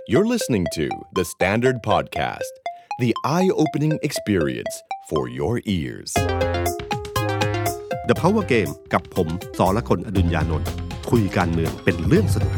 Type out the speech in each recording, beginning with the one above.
You're listening to The Standard Podcast, the eye-opening experience for your ears. The Power Game กับผมสรกล อดุลยานนท์คุยการเมืองเป็นเรื่องสนุก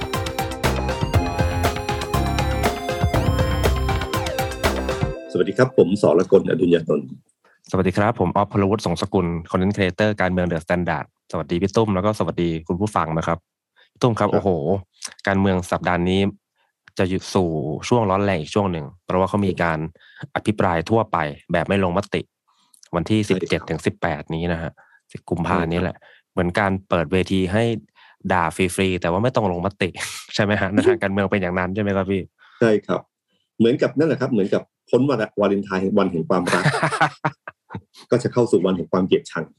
สวัสดีครับผมสรกล อดุลยานนท์สวัสดีครับผมออฟ พลวุฒิ สงสกุล คอนเทนต์ครีเอเตอร์การเมือง The Standard สวัสดีพี่ตุ้มแล้วก็สวัสดีคุณผู้ฟังนะครับพี่ตุ้มครับโอ้โหการเมืองสัปดาห์นี้จะอยู่สู่ช่วงร้อนแรงอีกช่วงหนึ่งเพราะว่าเขามีการอภิปรายทั่วไปแบบไม่ลงมติวันที่17ถึง18นี้นะฮะ10 กุมภาพันธ์นี้แหละเหมือนการเปิดเวทีให้ด่าฟรีๆแต่ว่าไม่ต้องลงมติใช่ไหมฮะในทางการเมืองเป็นอย่างนั้นใช่ไหมครับพี่ใช่ครับเหมือนกับนั่นแหละครับเหมือนกับพ้นวันวาเลนไทน์วันแห่งความรัก ก็จะเข้าสู่วันแห่งความเกลียดชัง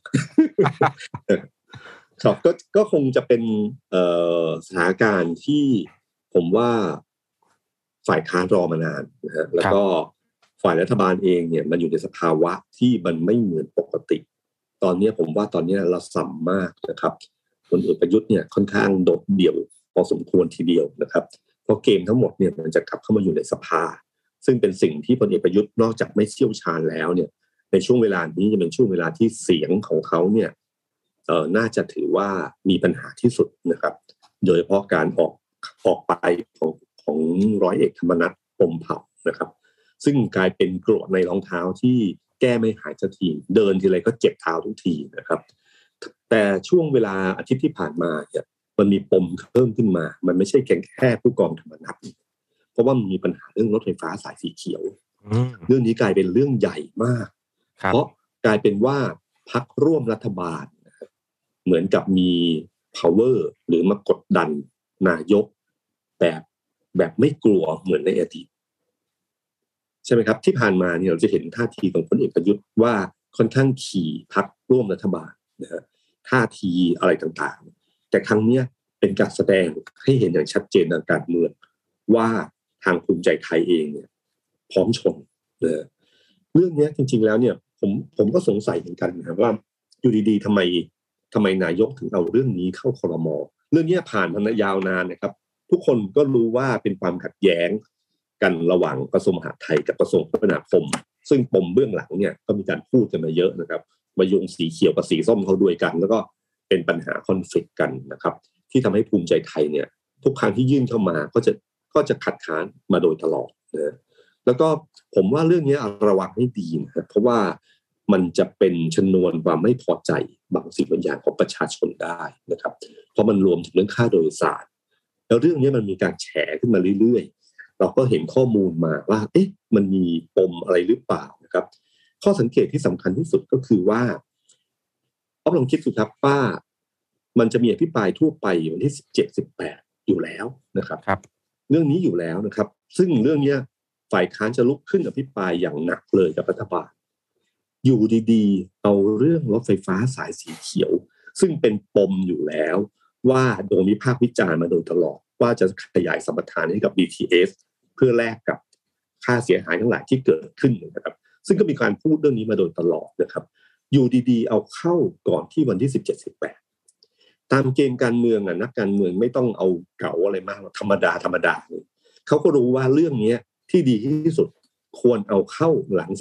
ครับก็คงจะเป็นสถานการณ์ที่ผมว่าฝ่ายค้านรอมานานนะฮะแล้วก็ฝ่ายรัฐบาลเองเนี่ยมันอยู่ในสภาวะที่มันไม่เหมือนปกติตอนนี้ผมว่าตอนนี้เราสัมมากนะครับพลเอกประยุทธ์เนี่ยค่อนข้างโดดเดี่ยวพอสมควรทีเดียวนะครับเพราะเกมทั้งหมดเนี่ยมันจะกลับเข้ามาอยู่ในสภาซึ่งเป็นสิ่งที่พลเอกประยุทธ์นอกจากไม่เชี่ยวชาญแล้วเนี่ยในช่วงเวลานี้จะเป็นช่วงเวลาที่เสียงของเขาเนี่ยน่าจะถือว่ามีปัญหาที่สุดนะครับโดยเฉพาะการออกไปของร้อยเอกธรรมนัส พรหมเผ่านะครับซึ่งกลายเป็นกรวดในรองเท้าที่แก้ไม่หายสักทีเดินทีไรก็เจ็บเท้าทุกทีนะครับแต่ช่วงเวลาอาทิตย์ที่ผ่านมาเนี่ยมันมีปมเพิ่มขึ้นมามันไม่ใช่แค่ผู้กองธรรมนัสเพราะว่ามันมีปัญหาเรื่องรถไฟฟ้าสายสีเขียวเรื่องนี้กลายเป็นเรื่องใหญ่มากเพราะกลายเป็นว่าพรรคร่วมรัฐบาลเหมือนกับมี power หรือมากดดันนายกแบบไม่กลัวเหมือนในอดีตใช่ไหมครับที่ผ่านมาเนี่ยเราจะเห็นท่าทีของพลเอกประยุทธ์ว่าค่อนข้างขี่พรรคร่วมรัฐบาลนะฮะท่าทีอะไรต่างๆแต่ครั้งนี้เป็นการแสดงให้เห็นอย่างชัดเจนทางการเมืองว่าทางภูมิใจไทยเองเนี่ยพร้อมชนนะเรื่องนี้จริงๆแล้วเนี่ยผมก็สงสัยเหมือนกันนะครับว่าอยู่ดีๆทำไมนายกถึงเอาเรื่องนี้เข้าครม.เรื่องนี้ผ่านมายาวนานนะครับทุกคนก็รู้ว่าเป็นความขัดแย้งกันระหว่างกระทรวงมหาดไทยกับกระทรวงคมนาคมซึ่งปมเบื้องหลังเนี่ยก็มีการพูดกันมาเยอะนะครับมาโยงสีเขียวกับสีส้มเข้าด้วยกันแล้วก็เป็นปัญหาคอนฟลิกต์กันนะครับที่ทำให้ภูมิใจไทยเนี่ยทุกครั้งที่ยื่นเข้ามาก็จะขัดขานมาโดยตลอดนะแล้วก็ผมว่าเรื่องนี้ระวังให้ดีนะเพราะว่ามันจะเป็นชนวนความไม่พอใจบางสิ่งบางอย่างของประชาชนได้นะครับเพราะมันรวมถึงเรื่องค่าโดยสารแล้วเรื่องนี้มันมีการแฉขึ้นมาเรื่อยๆเราก็เห็นข้อมูลมาว่าเอ๊ะมันมีปมอะไรหรือเปล่านะครับข้อสังเกตที่สำคัญที่สุดก็คือว่าลองคิดดูครับว่ามันจะมีอภิปรายทั่วไปวันที่17-18อยู่แล้วนะครับเรื่องนี้อยู่แล้วนะครับซึ่งเรื่องนี้ฝ่ายค้านจะลุกขึ้นอภิปรายอย่างหนักเลยกับรัฐบาลอยู่ดีๆเอาเรื่องรถไฟฟ้าสายสีเขียวซึ่งเป็นปมอยู่แล้วว่าโดนวิพากษ์วิจารณ์มาโดยตลอดว่าจะขยายสัมปทานให้กับ BTS เพื่อแลกกับค่าเสียหายทั้งหลายที่เกิดขึ้นนะครับซึ่งก็มีการพูดเรื่องนี้มาโดยตลอดนะครับอยู่ดีๆเอาเข้าก่อนที่วันที่17-18ตามเกณฑ์การเมืองนักการเมืองไม่ต้องเอาเก๋าอะไรมากธรรมดาเขาก็รู้ว่าเรื่องนี้ที่ดีที่สุดควรเอาเข้าหลัง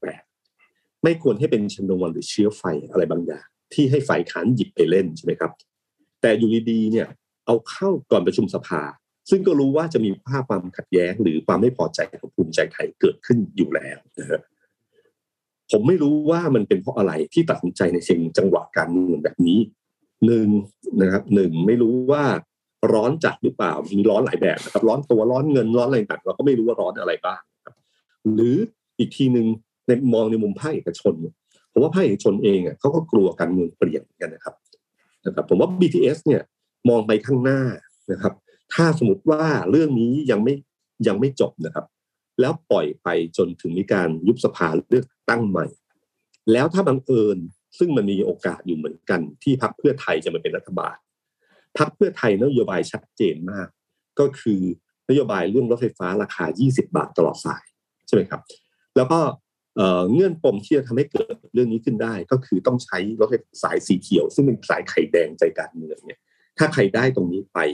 17-18ไม่ควรให้เป็นชนวนหรือเชื้อไฟอะไรบางอย่างที่ให้ฝ่ายค้านหยิบไปเล่นใช่ไหมครับแต่อยู่ดีๆเนี่ยเอาเข้าก่อนประชุมสภาซึ่งก็รู้ว่าจะมีภาพความขัดแย้งหรือความไม่พอใจของภูมิใจไทยเกิดขึ้นอยู่แล้วนะฮะผมไม่รู้ว่ามันเป็นเพราะอะไรที่ตัดสินใจในเชิงจังหวะการเมืองแบบนี้หนึ่งไม่รู้ว่าร้อนจัดหรือเปล่ามีร้อนหลายแบบนะครับร้อนตัวร้อนเงินร้อนอะไรต่างเราก็ไม่รู้ว่าร้อนอะไรบ้างครับหรืออีกทีนึงมองในมุมภาคเอกชนผมว่าภาคเอกชนเองเขาก็กลัวการเมืองเปลี่ยนกันนะครับผมว่า BTS เนี่ยมองไปข้างหน้านะครับถ้าสมมติว่าเรื่องนี้ยังไม่จบนะครับแล้วปล่อยไปจนถึงมีการยุบสภาเลือกตั้งใหม่แล้วถ้าบังเอิญซึ่งมันมีโอกาสอยู่เหมือนกันที่พรรคเพื่อไทยจะมาเป็นรัฐบาลพรรคเพื่อไทยนโยบายชัดเจนมากก็คือนโยบายเรื่องรถไฟฟ้าราคา20 บาทตลอดสายใช่ไหมครับแล้วก็เงื่อนปมที่จะทำให้เกิดเรื่องนี้ขึ้นได้ก็คือต้องใช้รถไฟสายสีเขียวซึ่งเป็นสายไข่แดงใจการเมืองเนี่ยถ้าใครได้ตรงนี้ไป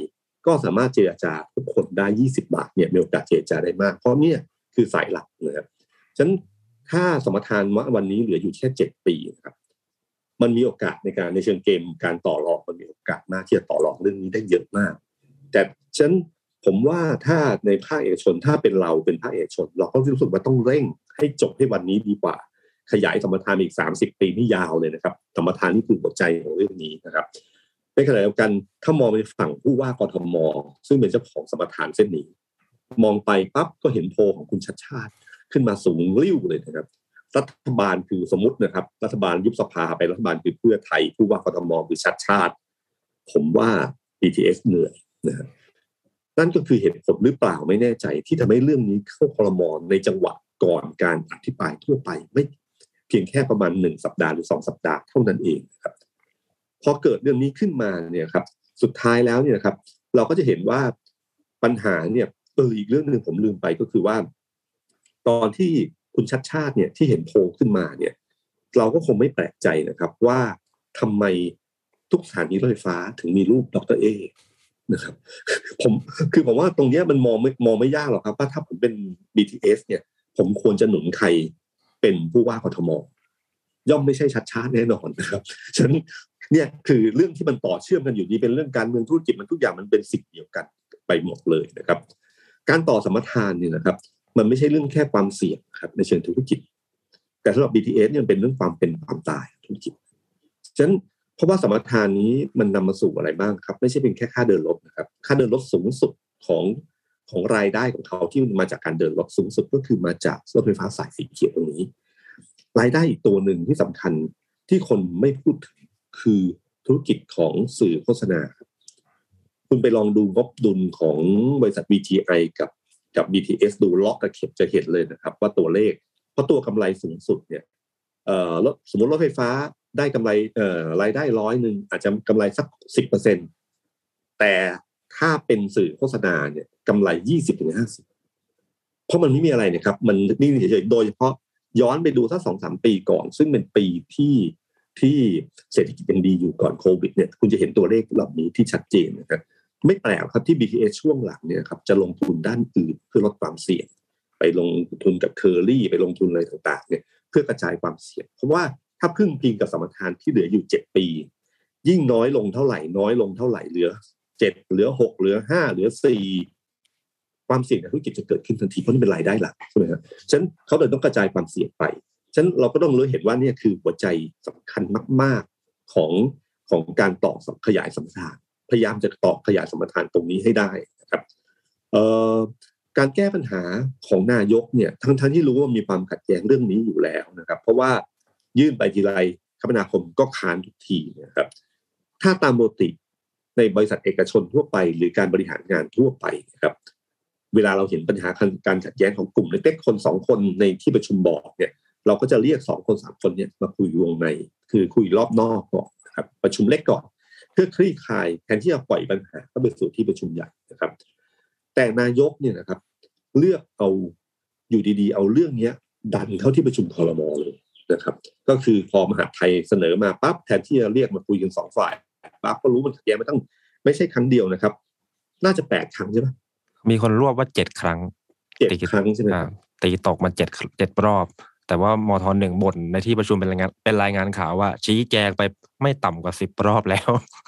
ก็สามารถเจรจาทุกคนได้20 บาทเนี่ยมีโอกาสเจรจาได้มากเพราะเนี่ยคือสายหลักนะครับฉะนั้นถ้าสมรทานวันนี้เหลืออยู่แค่7 ปีนะครับมันมีโอกาสในเชิงเกมการต่อรองมันมีโอกาสมากที่จะต่อรองเรื่องนี้ได้เยอะมากแต่ฉะนั้นผมว่าถ้าในภาคเอกชนถ้าเป็นเราเป็นภาคเอกชนเราก็รู้สึกว่าต้องเร่งให้จบให้วันนี้ดีกว่าขยายสมรทานอีก30 ปีนี่ยาวเลยนะครับสมรทานนี่คือหัวใจของเรื่องนี้นะครับในขณะเดียวกันถ้ามองไปฝั่งผู้ว่ากทมซึ่งเป็นเจ้าของสมรทานเส้นนี้มองไปปั๊บก็เห็นโพลของคุณชัชชาติขึ้นมาสูงริ่วเลยนะครับรัฐบาลคือสมมตินะครับรัฐบาลยุบสภาไปรัฐบาลคือเพื่อไทยผู้ว่ากทมคือชัชชาติผมว่า BTS เหนื่อยนะนั่นก็คือเหตุผลหรือเปล่าไม่แน่ใจที่ทำให้เรื่องนี้เข้าครม.ในจังหวะก่อนการอภิปรายทั่วไปไม่เพียงแค่ประมาณ1 สัปดาห์หรือ2 สัปดาห์เท่านั้นเองครับพอเกิดเรื่องนี้ขึ้นมาเนี่ยครับสุดท้ายแล้วเนี่ยครับเราก็จะเห็นว่าปัญหาเนี่ยอีกเรื่องนึงผมลืมไปก็คือว่าตอนที่คุณชัชชาติเนี่ยที่เห็นโพลขึ้นมาเนี่ยเราก็คงไม่แปลกใจนะครับว่าทำไมทุกสถานีรถไฟฟ้าถึงมีรูปดร.เอนะครับผมว่าตรงนี้มันมองไม่ยากหรอกครับว่าถ้าผมเป็น BTS เนี่ยผมควรจะหนุนใครเป็นผู้ว่ากทม.ย่อมไม่ใช่ชัชชาติแน่นอนนะครับฉะนั้นเนี่ยคือเรื่องที่มันต่อเชื่อมกันอยู่ดีเป็นเรื่องการเมืองธุรกิจมันทุกอย่างมันเป็นสิ่งเดียวกันไปหมดเลยนะครับการต่อสมรทานเนี่ยนะครับมันไม่ใช่เรื่องแค่ความเสี่ยงครับในเชิงธุรกิจแต่สำหรับ BTS เนี่ยเป็นเรื่องความเป็นความตายธุรกิจฉะนั้นเพราะว่าสมรทานนี้มันนำมาสู่อะไรบ้างครับไม่ใช่เป็นแค่ค่าเดินรถนะครับค่าเดินรถสูงสุดของรายได้ของเขาที่มาจากการเดินรถสูงสุดก็คือมาจากรถไฟฟ้าสายสีเขียวตรงนี้รายได้อีกตัวหนึ่งที่สำคัญที่คนไม่พูดถึงคือธุรกิจของสื่อโฆษณาคุณไปลองดูงบดุลของบริษัท VTI กับ BTS ดูล็อกกับเข็บจะเห็นเลยนะครับว่าตัวเลขเพราะตัวกำไรสูงสุดเนี่ยสมมติรถไฟฟ้าได้กำไรรายได้100อาจจะกำไรสัก 10% แต่ถ้าเป็นสื่อโฆษณาเนี่ยกำไร 20-50% เพราะมันไม่มีอะไรนะครับมันนิ่งเฉยๆโดยเฉพาะย้อนไปดูสัก 2-3 ปีก่อนซึ่งเป็นปีที่เศรษฐกิจยังดีอยู่ก่อนโควิดเนี่ยคุณจะเห็นตัวเลขเหล่านี้ที่ชัดเจนนะครับไม่แปลกครับที่ BTS ช่วงหลังเนี่ยครับจะลงทุนด้านอื่นเพื่อลดความเสี่ยงไปลงทุนกับเคอรี่ไปลงทุนอะไรต่างๆเนี่ยเพื่อกระจายความเสี่ยงเพราะว่าถ้าพึ่งพิงกับสมรทานที่เหลืออยู่7 ปียิ่งน้อยลงเท่าไหร่เหลือ7เหลือ6เหลือ5เหลือ4ความเสี่ยงในธุรกิจจะเกิดขึ้นทันทีเพราะนี่เป็นรายได้หลักใช่ไหมครับฉะนั้นเขาเลยต้องกระจายความเสี่ยงไปฉะนั้นเราก็ต้องรู้เห็นว่านี่คือหัวใจสำคัญมากๆของการต่อขยายสมรทานพยายามจะต่อขยายสมรทานตรงนี้ให้ได้นะครับการแก้ปัญหาของนายกเนี่ยทั้งที่รู้ว่ามีความขัดแย้งเรื่องนี้อยู่แล้วนะครับเพราะว่ายื่นไปทีไรคมนาคมก็ค้านทุกทีนะครับถ้าตามปกติในบริษัทเอกชนทั่วไปหรือการบริหารงานทั่วไปนะครับเวลาเราเห็นปัญหาการขัดแย้งของกลุ่มเล็กๆคน2 คนในที่ประชุมบอร์ดเนี่ยเราก็จะเรียก2 คน 3 คนเนี่ยมาคุยวงในคือคุยรอบนอกก่อนนะครับประชุมเล็กก่อนเพื่อคลี่คลายแทนที่จะปล่อยปัญหาเข้าไปสู่ที่ประชุมใหญ่นะครับแต่นายกเนี่ยนะครับเลือกเอาอยู่ดีๆเอาเรื่องนี้ดันเข้าที่ประชุมครม.เลยนะครับก็คือพอมหาดไทยเสนอมาปั๊บแทนที่จะเรียกมาคุยกัน2 ฝ่ายปั๊บก็รู้มันขัดแย้งมาตั้งไม่ใช่ครั้งเดียวนะครับน่าจะ8 ครั้งใช่ไหมมีคนรวบว่า7 ครั้ง 7 ครั้งใช่ไหมตีตกมา7 รอบแต่ว่ามท.1 บ่นในที่ประชุมเป็นรายงานข่าวว่าชี้แจงไปไม่ต่ำกว่า10 รอบแล้ว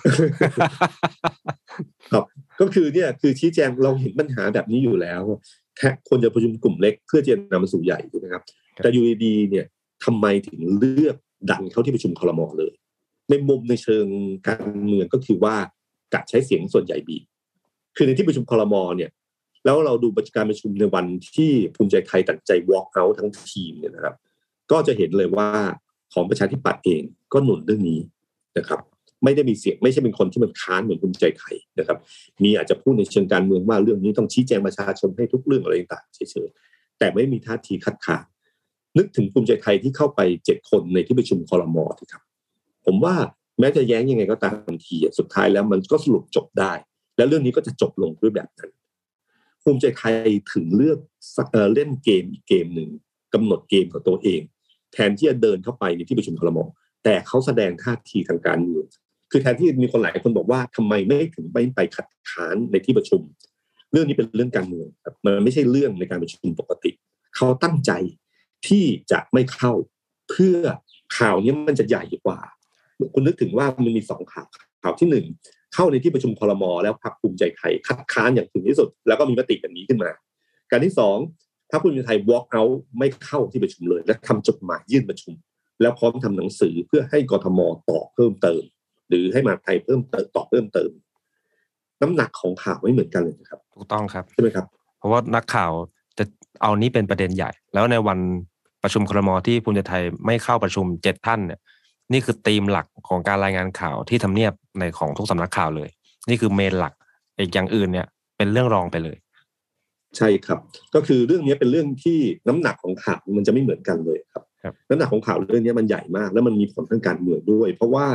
ครับก็คือเนี่ยคือชี้แจงเราเห็นปัญหาแบบนี้อยู่แล้วแค่คนจะประชุมกลุ่มเล็กเพื่อจะนำมาสู่ใหญ่ใช่ไหมครับแต่อยู่ดีๆเนี่ยทำไมถึงเลือกดันเข้าที่ประชุมครม.เลยในมุมในเชิงการเมืองก็คือว่ากะใช้เสียงส่วนใหญ่บีบคือในที่ประชุมครม.เนี่ยแล้วเราดูการประชุมในวันที่ภูมิใจไทยตัดใจ walk out ทั้งทีมเนี่ยนะครับก็จะเห็นเลยว่าของประชาธิปัตย์เองก็หนุนเรื่องนี้นะครับไม่ได้มีเสียงไม่ใช่เป็นคนที่มันค้านเหมือนภูมิใจไทยนะครับมีอาจจะพูดในเชิงการเมืองว่าเรื่องนี้ต้องชี้แจงประชาชนให้ทุกเรื่องอะไรต่างๆเฉยๆแต่ไม่มีท่าทีคัดค้านนึกถึงภูมิใจไทยที่เข้าไป7 คนในที่ประชุมครม.ครับผมว่าแม้จะแย้งยังไงก็ตามทีสุดท้ายแล้วมันก็สรุปจบได้แล้วเรื่องนี้ก็จะจบลงด้วยแบบนั้นภูมิใจไทยถึงเลือกเล่นเกมอีกเกมหนึ่งกำหนดเกมของตัวเองแทนที่จะเดินเข้าไปในที่ประชุมครม.แต่เขาแสดงท่าทีทางการเมืองคือแทนที่มีคนหลายคนบอกว่าทำไมไม่ถึงไปคัดค้านในที่ประชุมเรื่องนี้เป็นเรื่องการเมืองครับมันไม่ใช่เรื่องในการประชุมปกติเขาตั้งใจที่จะไม่เข้าเพื่อข่าวนี้มันจะใหญ่กว่าคุณนึกถึงว่ามันมี2ข่าวที่1เข้าในที่ประชุมครม.แล้วพรรคภูมิใจไทยคัดค้านอย่างถึงที่สุดแล้วก็มีมติแบบนี้ขึ้นมาการที่2พรรคภูมิใจไทย walk out ไม่เข้าที่ประชุมเลยและทำจดหมายยื่นประชุมแล้วพร้อมทำหนังสือเพื่อให้กทม.ตอบเพิ่มเติมหรือให้มหาดไทยตอบเพิ่มเติมน้ำหนักของข่าวไม่เหมือนกันเลยนะครับถูกต้องครับใช่ไหมครับเพราะว่านักข่าวจะเอานี้เป็นประเด็นใหญ่แล้วในวันประชุมครม.ที่ภูมิใจไทยไม่เข้าประชุม7ท่านเนี่ยนี่คือธีมหลักของการรายงานข่าวที่ทำเนียบในของทุกสำนักข่าวเลยนี่คือเมนหลักอีกอย่างอื่นเนี่ยเป็นเรื่องรองไปเลยใช่ครับก็คือเรื่องนี้เป็นเรื่องที่น้ำหนักของข่าวมันจะไม่เหมือนกันเลยครับน้ำหนักของข่าวเรื่องนี้มันใหญ่มากแล้วมันมีผลทางการเมืองด้วยเพราะว่า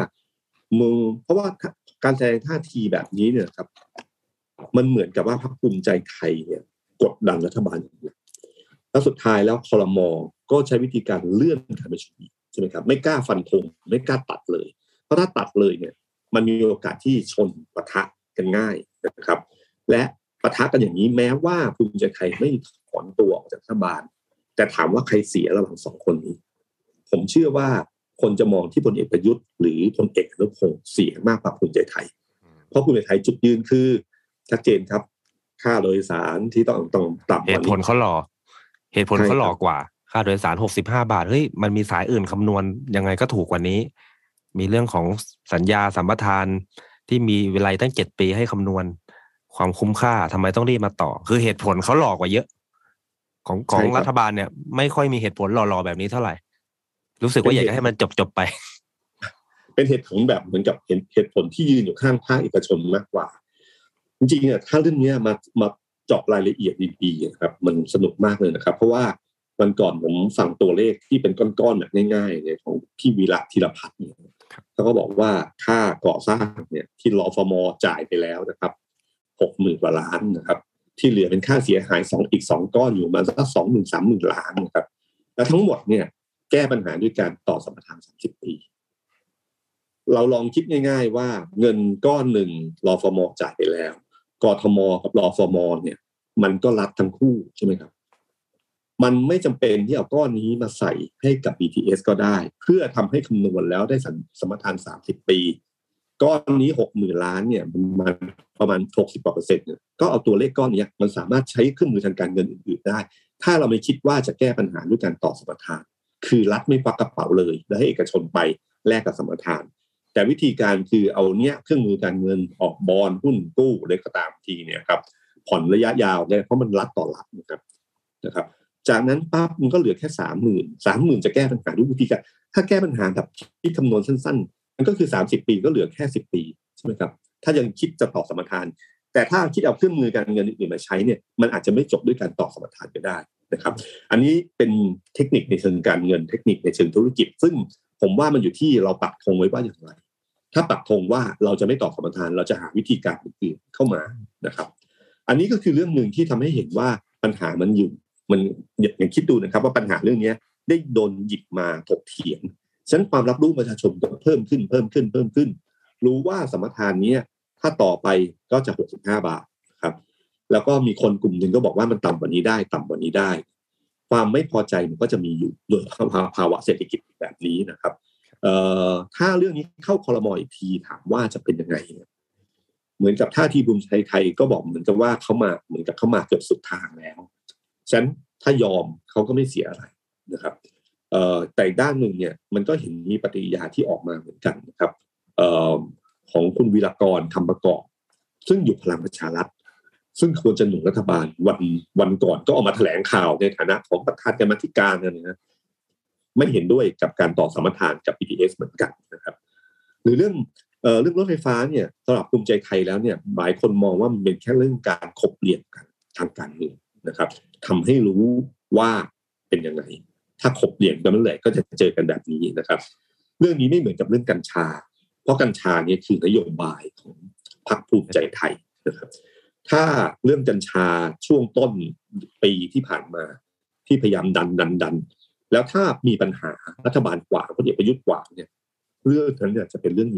การแสดงท่าทีแบบนี้เนี่ยครับมันเหมือนกับว่าพรรคภูมิใจไทยเนี่ยกดดันรัฐบาลแล้วสุดท้ายแล้วครม.ก็ใช้วิธีการเลื่อนการประชุมใช่ไหมครับไม่กล้าฟันธงไม่กล้าตัดเลยเพราะถ้าตัดเลยเนี่ยมันมีโอกาสที่ชนปะทะกันง่ายนะครับและปะทะกันอย่างนี้แม้ว่าภูมิใจไทยไม่ถอนตัวออกจากรัฐบาลแต่ถามว่าใครเสียระหว่าง2คนนี้ผมเชื่อว่าคนจะมองที่พลเอกประยุทธ์หรือพลเอกอนุพงศ์เสียมากกว่าภูมิใจไทยเพราะภูมิใจไทยจุดยืนคือชัดเจนครับค่าโดยสารที่ต้องต่ำกว่าเหตุผลเขาหล่อกว่าค่าโดยสาร65 บาทเฮ้ยมันมีสายอื่นคำนวณยังไงก็ถูกกว่านี้มีเรื่องของสัญญาสัมปทานที่มีเวลาตั้ง7 ปีให้คำนวณความคุ้มค่าทำไมต้องรีบมาต่อคือเหตุผลเขาหลอกกว่าเยอะของรัฐบาลเนี่ยไม่ค่อยมีเหตุผลหล่อๆแบบนี้เท่าไหร่รู้สึกว่าอยากให้มันจบไปเป็นเหตุผลแบบเหมือนกับเหตุผลที่ยืนอยู่ข้างภาคเอกชนมากกว่าจริงๆเนี่ยถ้าเรื่องนี้มาเจาะรายละเอียดดีๆนะครับมันสนุกมากเลยนะครับเพราะว่าวันก่อนผมฟังตัวเลขที่เป็นก้อนๆแบบง่ายๆเนี่ยของพี่วีระธีรพัฒน์เนี่ยเขาก็บอกว่าค่าก่อสร้างเนี่ยที่รฟม.จ่ายไปแล้วนะครับ 60,000 กว่าล้านนะครับที่เหลือเป็นค่าเสียหายอีก2ก้อนอยู่มาสัก 20,000-30,000 ล้านนะครับแล้วทั้งหมดเนี่ยแก้ปัญหาด้วยการต่อสัมปทาน30 ปีเราลองคิดง่ายๆว่าเงินก้อนหนึ่งรฟม.จ่ายไปแล้วกทม.กับรฟม.เนี่ยมันก็รับทั้งคู่ใช่ไหมครับมันไม่จำเป็นที่เอาก้อนนี้มาใส่ให้กับ BTS ก็ได้เพื่อทำให้คำนวณแล้วได้สัมปทาน30 ปีก้อนนี้ 60,000 ล้านเนี่ยมันประมาณ 60% เนี่ยก็เอาตัวเลขก้อนนี้มันสามารถใช้เครื่องมือทางการเงินอื่นๆได้ถ้าเราไม่คิดว่าจะแก้ปัญหาด้วยการต่อสัมปทานคือรัฐไม่ควักกระเป๋าเลยแล้วให้เอกชนไปแลกกับสัมปทานแต่วิธีการคือเอาเครื่องมือการเงินออกบอนด์หุ้นกู้อะไรก็ตามทีเนี่ยครับผ่อนระยะยาวเนี่ยเพราะมันรัฐต่อรัฐนะครับจากนั้นปั๊บมันก็เหลือแค่ 30,000 จะแก้ปัญหาด้วยวิธีการถ้าแก้ปัญหาแบบคิดคำนวณสั้นๆมันก็คือ30 ปีก็เหลือแค่10 ปีใช่ไหมครับถ้ายังคิดจะต่อสัมปทานแต่ถ้าคิดเอาเครื่องมือการเงินอื่นมาใช้เนี่ยมันอาจจะไม่จบด้วยการต่อสัมปทานก็ได้นะครับอันนี้เป็นเทคนิคในเชิงการเงินเทคนิคในเชิงธุรกิจซึ่งผมว่ามันอยู่ที่เราปักธงไว้ว่าอย่างไรถ้าปักธงว่าเราจะไม่ต่อสัมปทานเราจะหาวิธีการอื่นๆเข้ามานะครับอันนี้ก็คือเรื่องนึงที่ทำให้เห็นว่าปัญหามันอยู่มันอย่างคิดดูนะครับว่าปัญหาเรื่องนี้ได้โดนหยิบมาถกเถียงฉะนั้นความรับรู้ประชาชนก็เพิ่มขึ้นรู้ว่าสัมปทานนี้ถ้าต่อไปก็จะ65 บาทครับแล้วก็มีคนกลุ่มนึงก็บอกว่ามันต่ำกว่านี้ได้ความไม่พอใจมันก็จะมีอยู่โดยภาวะเศรษฐกิจแบบนี้นะครับถ้าเรื่องนี้เข้าครม.อีกทีถามว่าจะเป็นยังไงเหมือนกับท่าทีภูมิใจไทยก็บอกเหมือนกับว่าเขามาเกือบสุดทางแล้วฉะนั้นถ้ายอมเขาก็ไม่เสียอะไรนะครับแต่ด้านหนึ่งเนี่ยมันก็เห็นมีปฏิกิริยาที่ออกมาเหมือนกันนะครับของคุณวีรกรคำประกอบซึ่งอยู่พลังประชารัฐซึ่งควรจะหนุนรัฐบาลวันก่อนก็ออกมาแถลงข่าวในฐานะของประธานกรรมาธิการนะไม่เห็นด้วยกับการต่อสัมปทานกับ BTS เหมือนกันนะครับหรือเรื่องรถไฟฟ้าเนี่ยสำหรับภูมิใจไทยแล้วเนี่ยหลายคนมองว่ามันเป็นแค่เรื่องการขบเหลี่ยมกันทางการเมืองนะครับทำให้รู้ว่าเป็นยังไงถ้าขบเหลี่ยมกันเมื่อไหร่ก็จะเจอกันแบบนี้นะครับเรื่องนี้ไม่เหมือนกับเรื่องกัญชาเพราะกัญชาเนี่ยคือนโยบายของพรรคภูมิใจไทยนะครับถ้าเรื่องกัญชาช่วงต้นปีที่ผ่านมาที่พยายามดันแล้วถ้ามีปัญหารัฐบาลกว่าพลเอกประยุทธ์กว่าเนี่ยเรื่องนั้นเนี่ยจะเป็นเรื่องใหญ่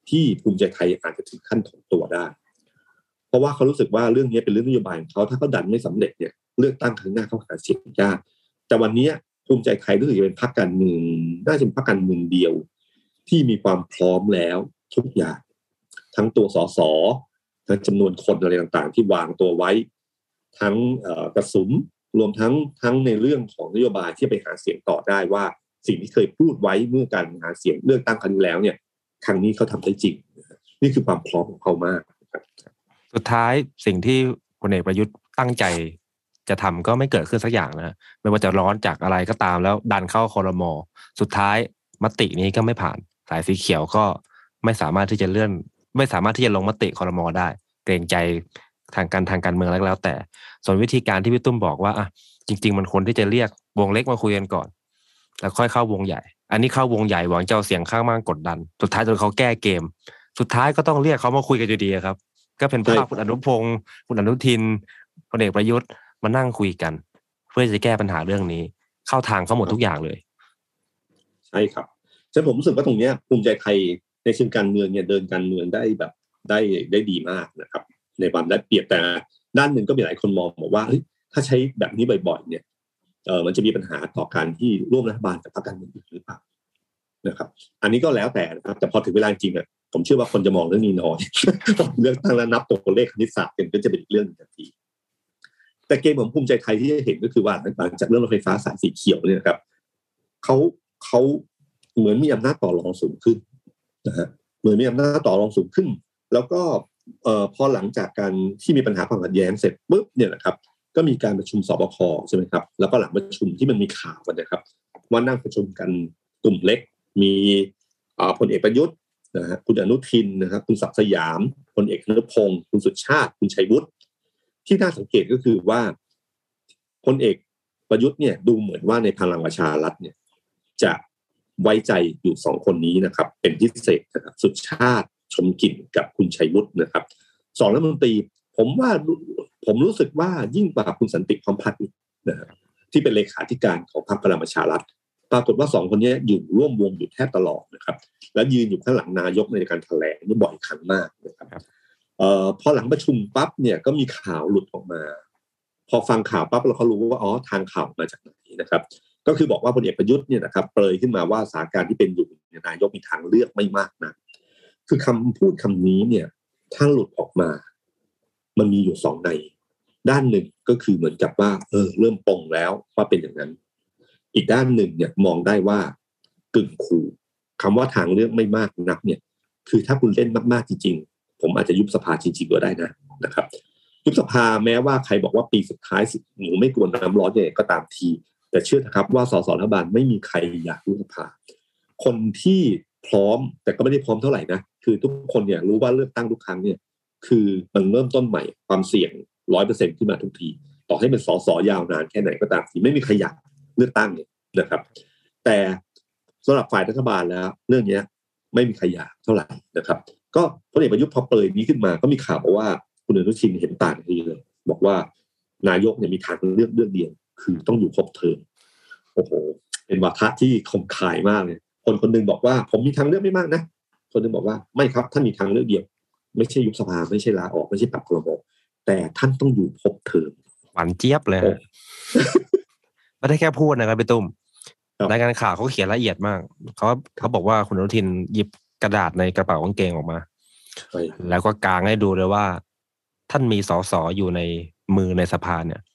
ที่ภูมิใจไทยอาจจะถึงขั้นถอนตัวได้เพราะว่าเขารู้สึกว่าเรื่องนี้เป็นเรื่องนโยบายของเขาถ้าเขาดันไม่สำเร็จเนี่ยเลือกตั้งครั้งหน้าเขาหาเสียงยากแต่วันนี้ภูมิใจไทยรู้สึกจะเป็นพรรคการเมืองน่าจะเป็นพรรคการเมืองเดียวที่มีความพร้อมแล้วทุกอย่างทั้งตัวสสทั้งจำนวนคนอะไรต่างๆที่วางตัวไว้ทั้งกระสุนรวมทั้งในเรื่องของนโยบายที่ไปหาเสียงต่อได้ว่าสิ่งที่เคยพูดไว้เมื่อการหาเสียงเลือกตั้งครั้งที่แล้วเนี่ยครั้งนี้เขาทำได้จริงนี่คือความพร้อมของเขามากสุดท้ายสิ่งที่พลเอกประยุทธ์ตั้งใจจะทำก็ไม่เกิดขึ้นสักอย่างนะไม่ว่าจะร้อนจากอะไรก็ตามแล้วดันเข้าครม.สุดท้ายมตินี้ก็ไม่ผ่านสายสีเขียวก็ไม่สามารถที่จะไม่สามารถที่จะลงมติครม.ได้เกรงใจทางการเมืองแล้วแต่ส่วนวิธีการที่พี่ตุ้มบอกว่าอ่ะจริงๆมันควรที่จะเรียกวงเล็กมาคุยกันก่อนแล้วค่อยเข้าวงใหญ่อันนี้เข้าวงใหญ่หวังจะเอาเสียงข้างมากกดดันสุดท้ายจนเขาแก้เกมสุดท้ายก็ต้องเรียกเขามาคุยกันอยู่ดีครับก็เป็นภาพคุณอนุพงศ์คุณอนุทินพลเอกประยุทธ์มานั่งคุยกันเพื่อจะแก้ปัญหาเรื่องนี้เข้าทางเขาหมดทุกอย่างเลยใช่ครับฉะนั้นผมรู้สึกว่าตรงนี้ภูมิใจไทยในเชิงการเมืองเนี่ยเดินการเมืองได้แบบได้ดีมากนะครับในความได้เปรียบแต่ด้านหนึ่งก็มีหลายคนมองบอกว่าถ้าใช้แบบนี้บ่อยๆเนี่ยมันจะมีปัญหาต่อการที่ร่วมรัฐบาลกับพรรคการเมืองอื่นหรือเปล่านะครับอันนี้ก็แล้วแต่นะครับแต่พอถึงเวลาจริงอ่ะผมเชื่อว่าคนจะมองเรื่องนี้น้อยเรื่องตั้งแล้วนับตัวเลขคณิตศาสตร์กันก็จะเป็นอีกเรื่องนึงทันทีแต่เกมของภูมิใจไทยที่จะเห็นก็คือว่าหลังจากเรื่องรถไฟฟ้าสายสีเขียวเนี่ยครับเขาเหมือนมีอำนาจต่อรองสูงขึ้นนะฮะเหมือนมีอำนาจต่อรองสูงขึ้นแล้วก็พอหลังจากการที่มีปัญหาความขัดแย้งเสร็จปุ๊บเนี่ยนะครับก็มีการประชุมสบคใช่ไหมครับแล้วก็หลังประชุมที่มันมีข่าวกันนะครับว่านั่งประชุมกันกลุ่มเล็กมีพลเอกประยุทธ์นะฮะคุณอนุทินนะครับคุณศักดิ์สยามพลเอกอนุพงศ์คุณสุชาติคุณชัยวุฒิที่น่าสังเกตก็คือว่าพลเอกประยุทธ์เนี่ยดูเหมือนว่าในพลังประชารัฐเนี่ยจะไว้ใจอยู่สองคนนี้นะครับเป็นพิเศษนะครับสุชาติชมกลิ่นกับคุณชัยวุฒินะครับสองรัฐมนตรีผมรู้สึกว่ายิ่งกว่าคุณสันติพร้อมพัฒน์นะครับที่เป็นเลขาธิการของพรรคพลังประชารัฐปรากฏว่าสองคนนี้อยู่ร่วมวงอยู่แทบตลอดนะครับและยืนอยู่ข้างหลังนายกในการแถลงนี่บ่อยครั้งมากนะครับพอหลังประชุมปั๊บเนี่ยก็มีข่าวหลุดออกมาพอฟังข่าวปั๊บเราก็รู้ว่าอ๋อทางข่าวมาจากไหนนะครับก็คือบอกว่าพลเอกประยุทธ์เนี่ยนะครับเปรยขึ้นมาว่าสถานการณ์ที่เป็นอยู่นายกมีทางเลือกไม่มากนะคือคำพูดคำนี้เนี่ยถ้าหลุดออกมามันมีอยู่สองในด้านหนึ่งก็คือเหมือนกับว่าเริ่มปลงแล้วว่าเป็นอย่างนั้นอีกด้านหนึ่งเนี่ยมองได้ว่ากึ่งขู่คำว่าทางเลือกไม่มากนักเนี่ยคือถ้าคุณเล่นมากๆจริงๆผมอาจจะยุบสภาจริงๆก็ได้นะครับยุบสภาแม้ว่าใครบอกว่าปีสุดท้ายหนูไม่กลัวน้ำร้อนเนี่ยก็ตามทีแต่เชื่อนะครับว่าสสรัฐบาลไม่มีใครอยากยุบสภาคนที่พร้อมแต่ก็ไม่ได้พร้อมเท่าไหร่นะคือทุกคนเนี่ยรู้ว่าเลือกตั้งทุกครั้งเนี่ยคือมันเริ่มต้นใหม่ความเสี่ยง 100% ขึ้นมาทุกทีต่อให้เป็นสสยาวนานแค่ไหนก็ตามทีไม่มีใครอยากเลือกตั้งเนี่ยนะครับแต่สำหรับฝ่ายรัฐบาลแล้วเรื่องนี้ไม่มีใครอยากเท่าไหร่นะครับก็พลเอกประยุทธ์พอเปิดนี้ขึ้นมาก็มีข่าวว่าคุณอนุทินเห็นต่างทีเลยบอกว่านายกเนี่ยมีทางเลือกเดียวคือต้องอยู่ครบเทอมโอ้โหเป็นวาทะที่คมคายมากเลยคนนึงบอกว่าผมมีทางเลือกไม่มากนะคนนึงบอกว่าไม่ครับท่านมีทางเลือกเดียวไม่ใช่ยุบสภาไม่ใช่ลาออกไม่ใช่ปรับครม.แต่ท่านต้องอยู่ครบเทอมหวานเจี๊ยบเลยไม่ได้แค่พูดนะครับพี่ตุ้มรายการข่าวเขาเขียนละเอียดมากเขาบอกว่าคุณอนุทินหยิบกระดาษในกระเป๋ากางเกงออกมาแล้วก็กางให้ดูเลยว่าท่านมีสสอยู่ในมือในสภาเนี่ย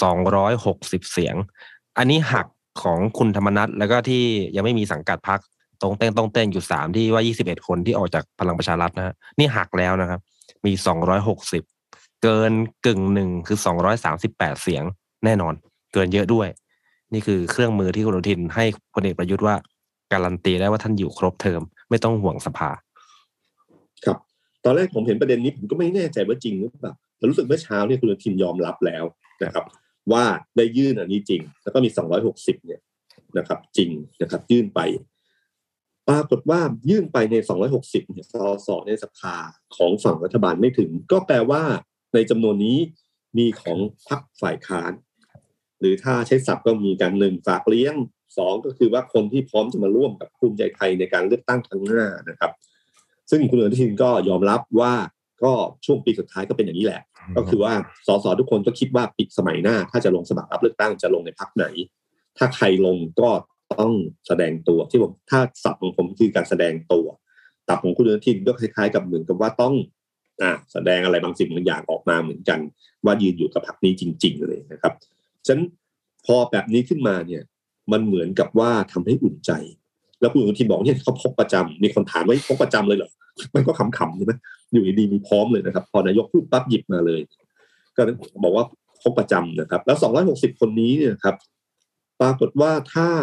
260เสียงอันนี้หักของคุณธรรมนัสแล้วก็ที่ยังไม่มีสังกัดพรรคตรงเต้นอยู่3ที่ว่า21คนที่ออกจากพลังประชารัฐนะฮะนี่หักแล้วนะครับมี260เกินกึ่งหนึ่งคือ238เสียงแน่นอนเกินเยอะด้วยนี่คือเครื่องมือที่คุณอนุทินให้พลเอกประยุทธ์ว่าการันตีได้ว่าท่านอยู่ครบเทอมไม่ต้องห่วงสภาครับตอนแรกผมเห็นประเด็นนี้ผมก็ไม่แน่ใจว่าจริงหรือเปล่าแต่รู้สึกเมื่อเช้าเนี่ยคุณอนุทินยอมรับแล้วนะครับว่าได้ยื่นอันนี้จริงแล้วก็มี260เนี่ยนะครับจริงนะครับยื่นไปปรากฏว่ายื่นไปใน260เนี่ยสสในสภาของฝั่งรัฐบาลไม่ถึงก็แปลว่าในจำนวนนี้มีของพรรคฝ่ายค้านหรือถ้าใช้ศัพท์ก็มีการ1ฝากเลี้ยง2ก็คือว่าคนที่พร้อมจะมาร่วมกับภูมิใจไทยในการเลือกตั้งครั้งหน้านะครับซึ่งคุณอนุทินก็ยอมรับว่าก็ช่วงปีสุดท้ายก็เป็นอย่างนี้แหละก็คือว่าสสทุกคนก็คิดว่าปีสมัยหน้าถ้าจะลงสมัครรับเลือกตั้งจะลงในพรรคไหนถ้าใครลงก็ต้องแสดงตัวที่ผมถ้าศัพท์ของผมคือการแสดงตัวแต่ของคุณอนุทินก็คล้ายๆกับเหมือนกับว่าต้องแสดงอะไรบางสิ่งบางอย่างออกมาเหมือนกันว่ายืนอยู่กับพรรคนี้จริงๆเลยนะครับฉะนั้นพอแบบนี้ขึ้นมาเนี่ยมันเหมือนกับว่าทำให้อุ่นใจแล้วคุณอนุทินบอกเนี่ยเขาพกประจำมีคนถามว่าพกประจำเลยเหรอมันก็ขำๆใช่ไหมอยู่ดีๆมีพร้อมเลยนะครับพอนายกพูดปั๊บหยิบมาเลยก็บอกว่าพกประจำนะครับแล้ว260คนนี้เนี่ยครับปรากฏว่า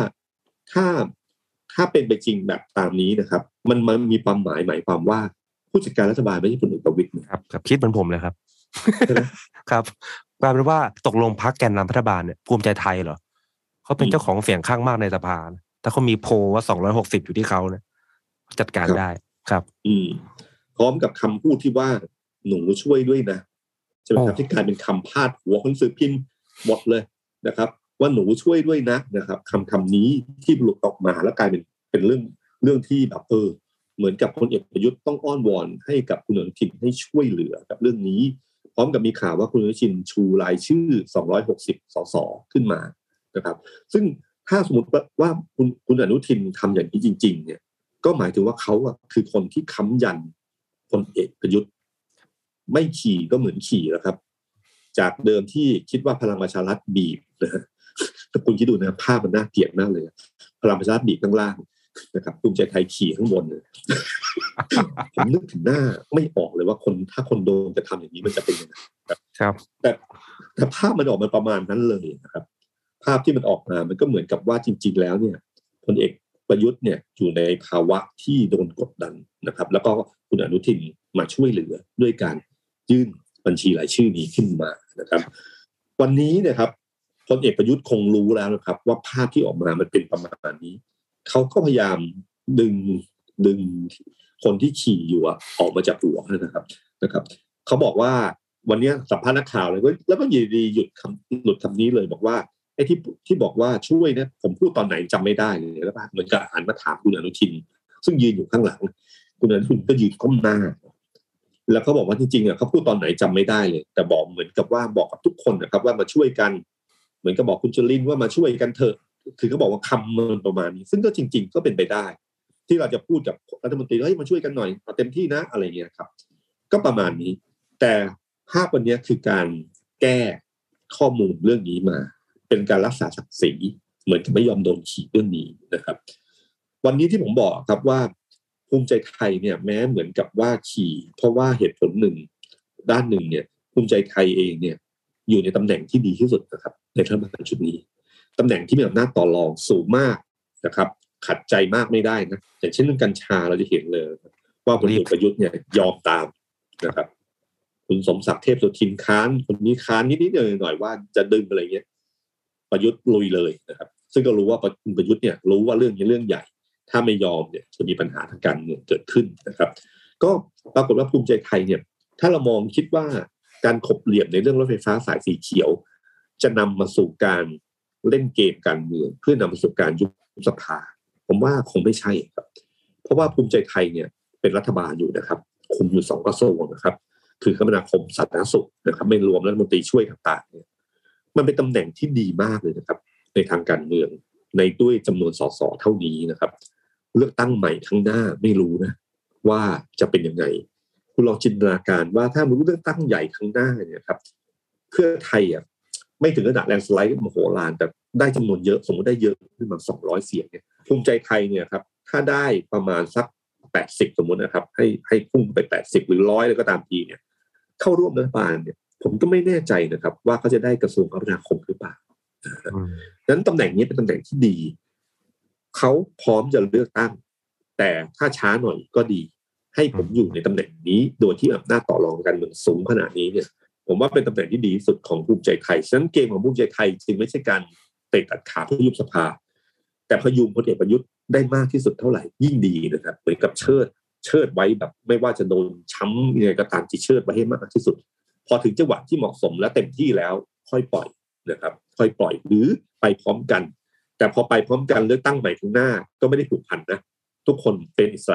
ถ้าเป็นไปจริงแบบตามนี้นะครับมันมีความหมายความว่าผู้จัดการรัฐบาลไม่ใช่พลเอกประวิตรครับคิดเหมือนผมเลยครับ ครับกลายเป็นว่าตกลงพรรคแกนนำรัฐบาลเนี่ยภูมิใจไทยเหรอเขาเป็นเจ้าของเสียงข้างมากในสภาถ้าเขามีโพลว่า260อยู่ที่เขาเนี่ยจัดการได้ครับพร้อมกับคำพูดที่ว่าหนูช่วยด้วยนะใช่ไหมครับที่กลายเป็นคำพาดหัวหนังสือพิมพ์หมดเลยนะครับว่าหนูช่วยด้วยนะครับคำนี้ที่หลุดออกมาแล้วกลายเป็นเรื่องที่แบบเหมือนกับพลเอกประยุทธ์ต้องอ้อนวอนให้กับคุณอนุทินให้ช่วยเหลือกับเรื่องนี้พร้อมกับมีข่าวว่าคุณอนุทินชูรายชื่อ260 สสขึ้นมานะครับซึ่งถ้าสมมติว่าคุณอนุทินทำอย่างนี้จริงๆเนี่ยก็หมายถึงว่าเขาคือคนที่ค้ำยันพลเอกประยุทธ์ไม่ขี่ก็เหมือนขี่แล้วครับจากเดิมที่คิดว่าพลังประชารัฐบีบนะฮะแต่คุณคิดดูนะภาพมันน่าเกลียดมากเลยพลังประชารัฐบีบข้างล่างนะครับภูมิใจไทยขี่ข้างบนเลยผมนึกถึงหน้าไม่ออกเลยว่าถ้าคนโดนจะทำอย่างนี้มันจะเป็นยังไงครับแต่ภาพมันออกมาประมาณนั้นเลยนะครับภาพที่มันออกมามันก็เหมือนกับว่าจริงๆแล้วเนี่ยพลเอกประยุทธ์เนี่ยอยู่ในภาวะที่โดนกดดันนะครับแล้วก็คุณอนุทินมาช่วยเหลือด้วยการยื่นบัญชีรายชื่อนี้ขึ้นมานะครับวันนี้นะครับพลเอกประยุทธ์คงรู้แล้วนะครับว่าภาพที่ออกมามันเป็นประมาณนี้เขาก็พยายามดึงคนที่ขี่อยู่ออกมาจากหัวนะครับเขาบอกว่าวันนี้สัมภาษณ์นักข่าวเลยแล้วก็อยู่ดีหลุดคำนี้เลยบอกว่าไอ้ที่บอกว่าช่วยนะผมพูดตอนไหนจำไม่ได้เลยแล้วเหมือนกับหันมาถามคุณอนุทินซึ่งยืนอยู่ข้างหลังคุณอนุทินก็ยืนก้มหน้าแล้วเขาบอกว่าจริงๆเขาพูดตอนไหนจำไม่ได้เลยแต่บอกเหมือนกับว่าบอกกับทุกคนนะครับว่ามาช่วยกันเหมือนกับบอกคุณจรินว่ามาช่วยกันเถอะคือเขาบอกว่าคำมันประมาณนี้ซึ่งก็จริงๆก็เป็นไปได้ที่เราจะพูดกับรัฐมนตรีเฮ้ยมาช่วยกันหน่อยเอาเต็มที่นะอะไรเงี้ยครับก็ประมาณนี้แต่ภาพวันนี้คือการแก้ข้อมูลเรื่องนี้มาเป็นการรักษาศักดิ์ศรีเหมือนกับไม่ยอมโดนขีดเรื่องนี้นะครับวันนี้ที่ผมบอกครับว่าภูมิใจไทยเนี่ยแม้เหมือนกับว่าขี่เพราะว่าเหตุผลหนึ่งด้านหนึ่งเนี่ยภูมิใจไทยเองเนี่ยอยู่ในตำแหน่งที่ดีที่สุดนะครับในรัฐบาลชุดนี้ตำแหน่งที่มีอำนาจต่อรองสูงมากนะครับขัดใจมากไม่ได้นะอย่างเช่นเรื่องกัญชาเราจะเห็นเลยว่าพลเอกประยุทธ์เนี่ยยอมตามนะครับคุณสมศักดิ์เทพสุทินค้านคนนี้ค้านนิดๆหน่อยๆว่าจะดึงอะไรเงี้ยประยุทธ์ลุยเลยนะครับซึ่งก็รู้ว่าคุณประยุทธ์เนี่ยรู้ว่าเรื่องนี้เรื่องใหญ่ถ้าไม่ยอมเนี่ยจะมีปัญหาทางการเมืองเกิดขึ้นนะครับก็ปรากฏว่าภูมิใจไทยเนี่ยถ้าเรามองคิดว่าการขบเหลี่ยมในเรื่องรถไฟฟ้าสายสีเขียวจะนำมาสู่การเล่นเกมการเมืองเพื่อนำมาสู่การยุบสภาผมว่าคงไม่ใช่ครับเพราะว่าภูมิใจไทยเนี่ยเป็นรัฐบาลอยู่นะครับคุมอยู่2กระทรวงนะครับคือคมนาคมสาธารณสุขนะครับไม่รวมรัฐมนตรีช่วยต่างๆเนี่ยมันเป็นตำแหน่งที่ดีมากเลยนะครับในทางการเมืองในด้วยจำนวนสสเท่านี้นะครับเลือกตั้งใหม่ข้างหน้าไม่รู้นะว่าจะเป็นยังไงคุณลองจินตนาการว่าถ้ามันเลือกตั้งใหญ่ข้างหน้าเนี่ยครับเพื่อไทยไม่ถึงระดับแลนด์สไลด์มโหฬารแต่ได้จำนวนเยอะสมมติได้เยอะขึ้นมา200เสียงเนี่ยภูมิใจไทยเนี่ยครับถ้าได้ประมาณสัก80สมมตินะครับให้พุ่งไป80หรือ100แล้วก็ตามทีเนี่ยเข้าร่วมรัฐบาลเนี่ยผมก็ไม่แน่ใจนะครับว่าเขาจะได้กระทรวงคมนาคมหรือเปล่าดังนั้นตำแหน่งนี้เป็นตำแหน่งที่ดีเขาพร้อมจะเลือกตั้งแต่ถ้าช้าหน่อยก็ดีให้ผมอยู่ในตำแหน่งนี้โดยที่อำนาจต่อรองกันเมืองสูงขนาดนี้เนี่ยผมว่าเป็นตำแหน่งที่ดีที่สุดของภูมิใจไทยฉะนั้นเกมของภูมิใจไทยจึงไม่ใช่การเตะตัดขาเพื่อยุบสภาแต่พยุงพลเอกประยุทธ์ได้มากที่สุดเท่าไหร่ยิ่งดีนะครับเหมือนกับเชิดไว้แบบไม่ว่าจะโดนช้ำยังไงก็ตามจิเชิดไว้ให้มากที่สุดพอถึงจังหวะที่เหมาะสมและเต็มที่แล้วค่อยปล่อยนะครับค่อยปล่อยหรือไปพร้อมกันแต่พอไปพร้อมกันเลือกตั้งใหม่ข้างหน้าก็ไม่ได้ผูกพันนะทุกคนเป็นอิสระหมด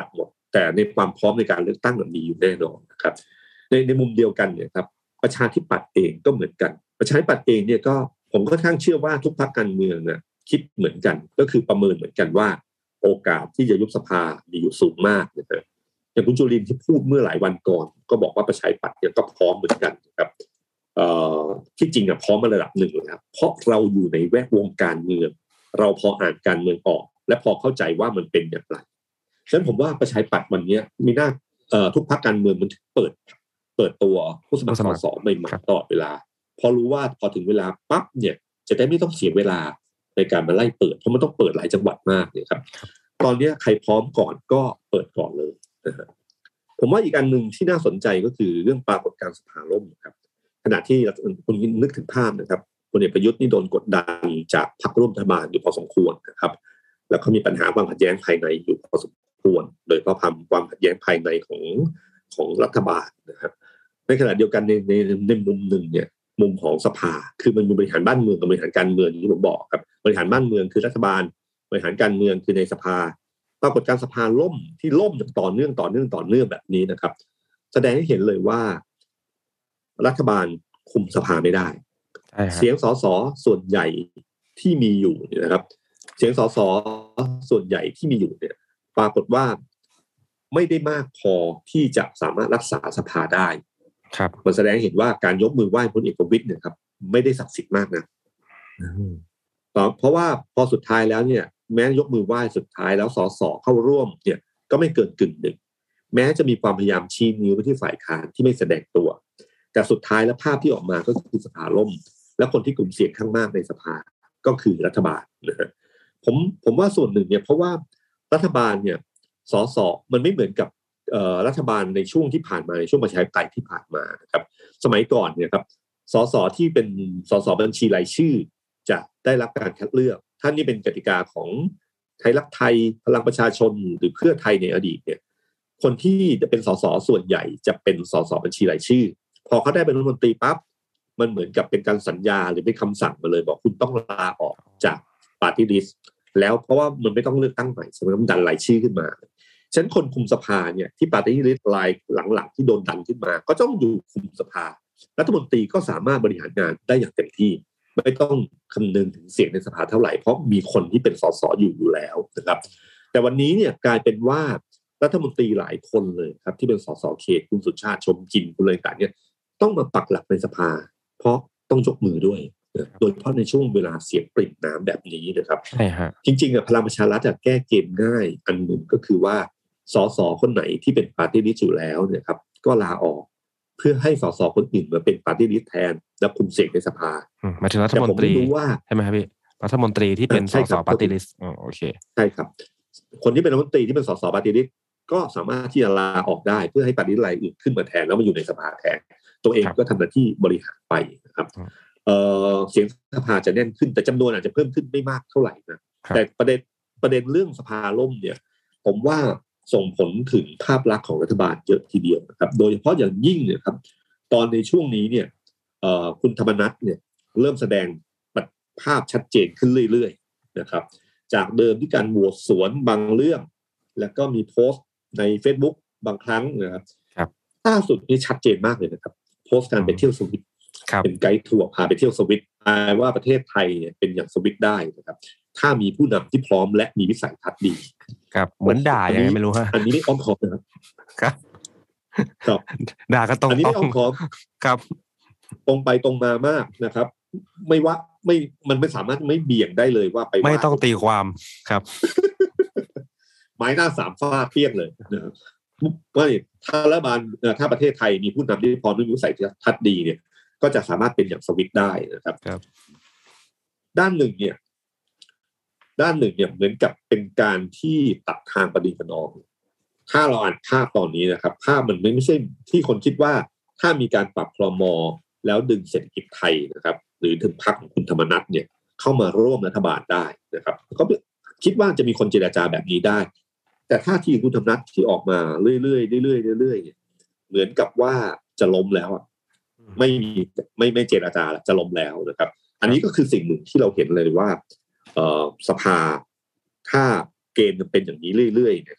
แต่ในความพร้อมในการเลือกตั้งมีอยู่แน่นอนนะครับในมุมเดียวกันเนี่ยครับประชาธิปัตย์เองก็เหมือนกันประชาธิปัตย์เองเนี่ยก็ผมก็ค่อนข้างเชื่อว่าทุกพรรคการเมืองนะคิดเหมือนกันก็คือประเมินเหมือนกันว่าโอกาสที่จะยุบสภามีอยู่สูงมากนะครับอย่างคุณจุลินทร์ที่พูดเมื่อหลายวันก่อนก็บอกว่าประชาธิปัตย์เนี่ยก็พร้อมเหมือนกันนะครับที่จริงพร้อมมาระดับหนึ่งเลยครับเพราะเราอยู่ในแวดวงการเมืองเราพออ่านการเมืองออกและพอเข้าใจว่ามันเป็นอย่างไรฉะนั้นผมว่าประชาธิปัตย์วันนี้มีหน้าทุกพรรคการเมืองมันเปิดตัวผู้สมัครส.ส.ใหม่ๆตลอดเวลาพอรู้ว่าพอถึงเวลาปั๊บเนี่ยจะได้ไม่ต้องเสียเวลาในการมาไล่เปิดเพราะมันต้องเปิดหลายจังหวัดมากเนี่ยครับตอนนี้ใครพร้อมก่อนก็เปิดก่อนเลยนะฮะผมว่าอีกอันหนึ่งที่น่าสนใจก็คือเรื่องปรากฏการณ์สภาล่มครับขณะที่คุณนึกถึงภาพนะครับพลเอกประยุทธ์นี่โดนกดดันจากพรรคร่วมรัฐบาลอยู่พอสมควรนะครับแล้วก็มีปัญหาความขัดแย้งภายในอยู่พอสมควรโดยเฉพาะความขัดแย้งภายในของรัฐบาลนะครับในขณะเดียวกันในมุมหนึ่งเนี่ยมุมของสภาคือมันมีบริหารบ้านเมืองกับบริหารการเมืองที่ผมบอกครับบริหารบ้านเมืองคือรัฐบาลบริหารการเมืองคือในสภาปรากฏการณ์สภาล่มที่ล่มอย่างต่อเนื่องแบบนี้นะครับแสดงให้เห็นเลยว่ารัฐบาลคุมสภาไม่ได้เสียงสสส่วนใหญ่ที่มีอยู่นะครับเสียงสสส่วนใหญ่ที่มีอยู่เนี่ยปรากฏว่าไม่ได้มากพอที่จะสามารถรักษาสภาได้ครับมันแสดงเห็นว่าการยกมือไหว้พลเอกประวิตรเนี่ยครับไม่ได้ศักดิ์สิทธิ์มากนะเพราะว่าพอสุดท้ายแล้วเนี่ยแม้ยกมือไหว้สุดท้ายแล้วสสเข้าร่วมเนี่ยก็ไม่เกินกึ่งหนึ่งแม้จะมีความพยายามชี้นิ้วไปที่ฝ่ายค้านที่ไม่แสดงตัวแต่สุดท้ายแล้วภาพที่ออกมาก็คือสภาล่มและคนที่กลุ่มเสียงข้างมากในสภาก็คือรัฐบาลนะฮะผมว่าส่วนหนึ่งเนี่ยเพราะว่ารัฐบาลเนี่ยสสมันไม่เหมือนกับรัฐบาลในช่วงที่ผ่านมาในช่วงประชาธิปไตยที่ผ่านมานะครับสมัยก่อนเนี่ยครับสสที่เป็นสสบัญชีรายชื่อจะได้รับการคัดเลือกท่านนี่เป็นกติกาของไทยรักไทยพลังประชาชนหรือเพื่อไทยในอดีตเนี่ยคนที่จะเป็นสสส่วนใหญ่จะเป็นสสบัญชีรายชื่อพอเขาได้เป็นรัฐมนตรีปั๊บมันเหมือนกับเป็นการสัญญาหรือเป็นคำสั่งมาเลยบอกคุณต้องลาออกจากปาร์ตี้ลิสต์แล้วเพราะว่ามันไม่ต้องเลือกตั้งใหม่สมมติมันดันรายชื่อขึ้นมาฉะนั้นคนคุมสภาเนี่ยที่ปาร์ตี้ลิสต์รายหลังๆที่โดนดันขึ้นมาก็ต้องอยู่คุมสภารัฐมนตรีก็สามารถบริหารงานได้อย่างเต็มที่ไม่ต้องคำนึงถึงเสียงในสภาเท่าไหร่เพราะมีคนที่เป็นสสอยู่แล้วนะครับแต่วันนี้เนี่ยกลายเป็นว่ารัฐมนตรีหลายคนเลยครับที่เป็นสสเขตคุณสุชาติชมกลิ่นคุณอะไรต่างเนี่ยต้องมาปักหลักในสภาเพราะต้องยกมือด้วยโดยเฉพาะในช่วงเวลาเสียงปริ่มน้ำแบบนี้นะครับใช่ฮะจริงๆพลังประชารัฐจะแก้เกมง่ายอันหนึ่งก็คือว่าสสคนไหนที่เป็นปาร์ตี้ลิสต์อยู่แล้วเนี่ยครับก็ลาออกเพื่อให้สสคนอื่นมาเป็นปาร์ตี้ลิสต์แทนและคุมเสียงในสภาหมายถึงรัฐมนตรีใช่ไหมครับพี่รัฐมนตรีที่เป็นสสปาร์ตี้ลิสต์โอเคใช่ครับคนที่เป็นรัฐมนตรีที่เป็นสสปาร์ตี้ลิสต์ก็สามารถที่จะลาออกได้เพื่อให้ปาร์ตี้ลิสต์รายอื่นขึ้นมาแทนแล้วมาอยู่ในสภาแทนตัวเองก็ทำหน้าที่บริหารไปนะครับเสียงสภาจะแน่นขึ้นแต่จำนวนอาจจะเพิ่มขึ้นไม่มากเท่าไหร่นะแต่ประเด็นเรื่องสภาล่มเนี่ยผมว่าส่งผลถึงภาพลักษณ์ของรัฐบาลเยอะทีเดียวนะครับโดยเฉพาะอย่างยิ่งเนี่ยครับตอนในช่วงนี้เนี่ยคุณธรรมนัสเนี่ยเริ่มแสดงภาพชัดเจนขึ้นเรื่อยๆนะครับจากเดิมที่การโหวตสวนบางเรื่องแล้วก็มีโพสต์ใน Facebook บางครั้งนะครับล่าสุดนี่ชัดเจนมากเลยนะครับโพสต์การไปเที่ยวสวิตเป็นไกด์ทัวร์พาไปเที่ยวสวิตว่าประเทศไทยเนี่ยเป็นอย่างสวิตได้นะครับถ้ามีผู้นำที่พร้อมและมีวิสัยทัศน์ดีครับเหมือนด่าอย่างไรไม่รู้ฮะอันนี้ไม่อ้อมค้อมนะครับครับด่ากันตรงอันนี้ไม่อ้อมค้อมครับตรงไปตรงมามากนะครับไม่ว่ามันไม่สามารถไม่เบี่ยงได้เลยว่าไปไม่ต้องตีความครับไม้หน้าสามฟาดเปี้ยงเลยนะครับว่าถ้ารัฐบาลถ้าประเทศไทยมีผู้นำที่พร้อมด้วยวิสัยทัศน์ดีเนี่ยก็จะสามารถเป็นอย่างสวิตได้นะครับด้านหนึ่งเนี่ยเหมือนกับเป็นการที่ตัดทางประนีประนอมถ้าเราอ่านภาพตอนนี้นะครับภาพมันไม่ใช่ที่คนคิดว่าถ้ามีการปรับครม.แล้วดึงเศรษฐกิจไทยนะครับหรือถึงพรรคของคุณธรรมนัสเนี่ยเข้ามาร่วมรัฐบาลได้นะครับก็คิดว่าจะมีคนเจรจาแบบนี้ได้แต่ท่าทีคุณธรรมนัสที่ออกมาเรื่อยๆเนี่ยเหมือนกับว่าจะล้มแล้วไม่เจรจาจะล้มแล้วนะครับอันนี้ก็คือสิ่งหนึ่งที่เราเห็นเลยว่าสภาถ้าเกมมันเป็นอย่างนี้เรื่อยๆนะครับ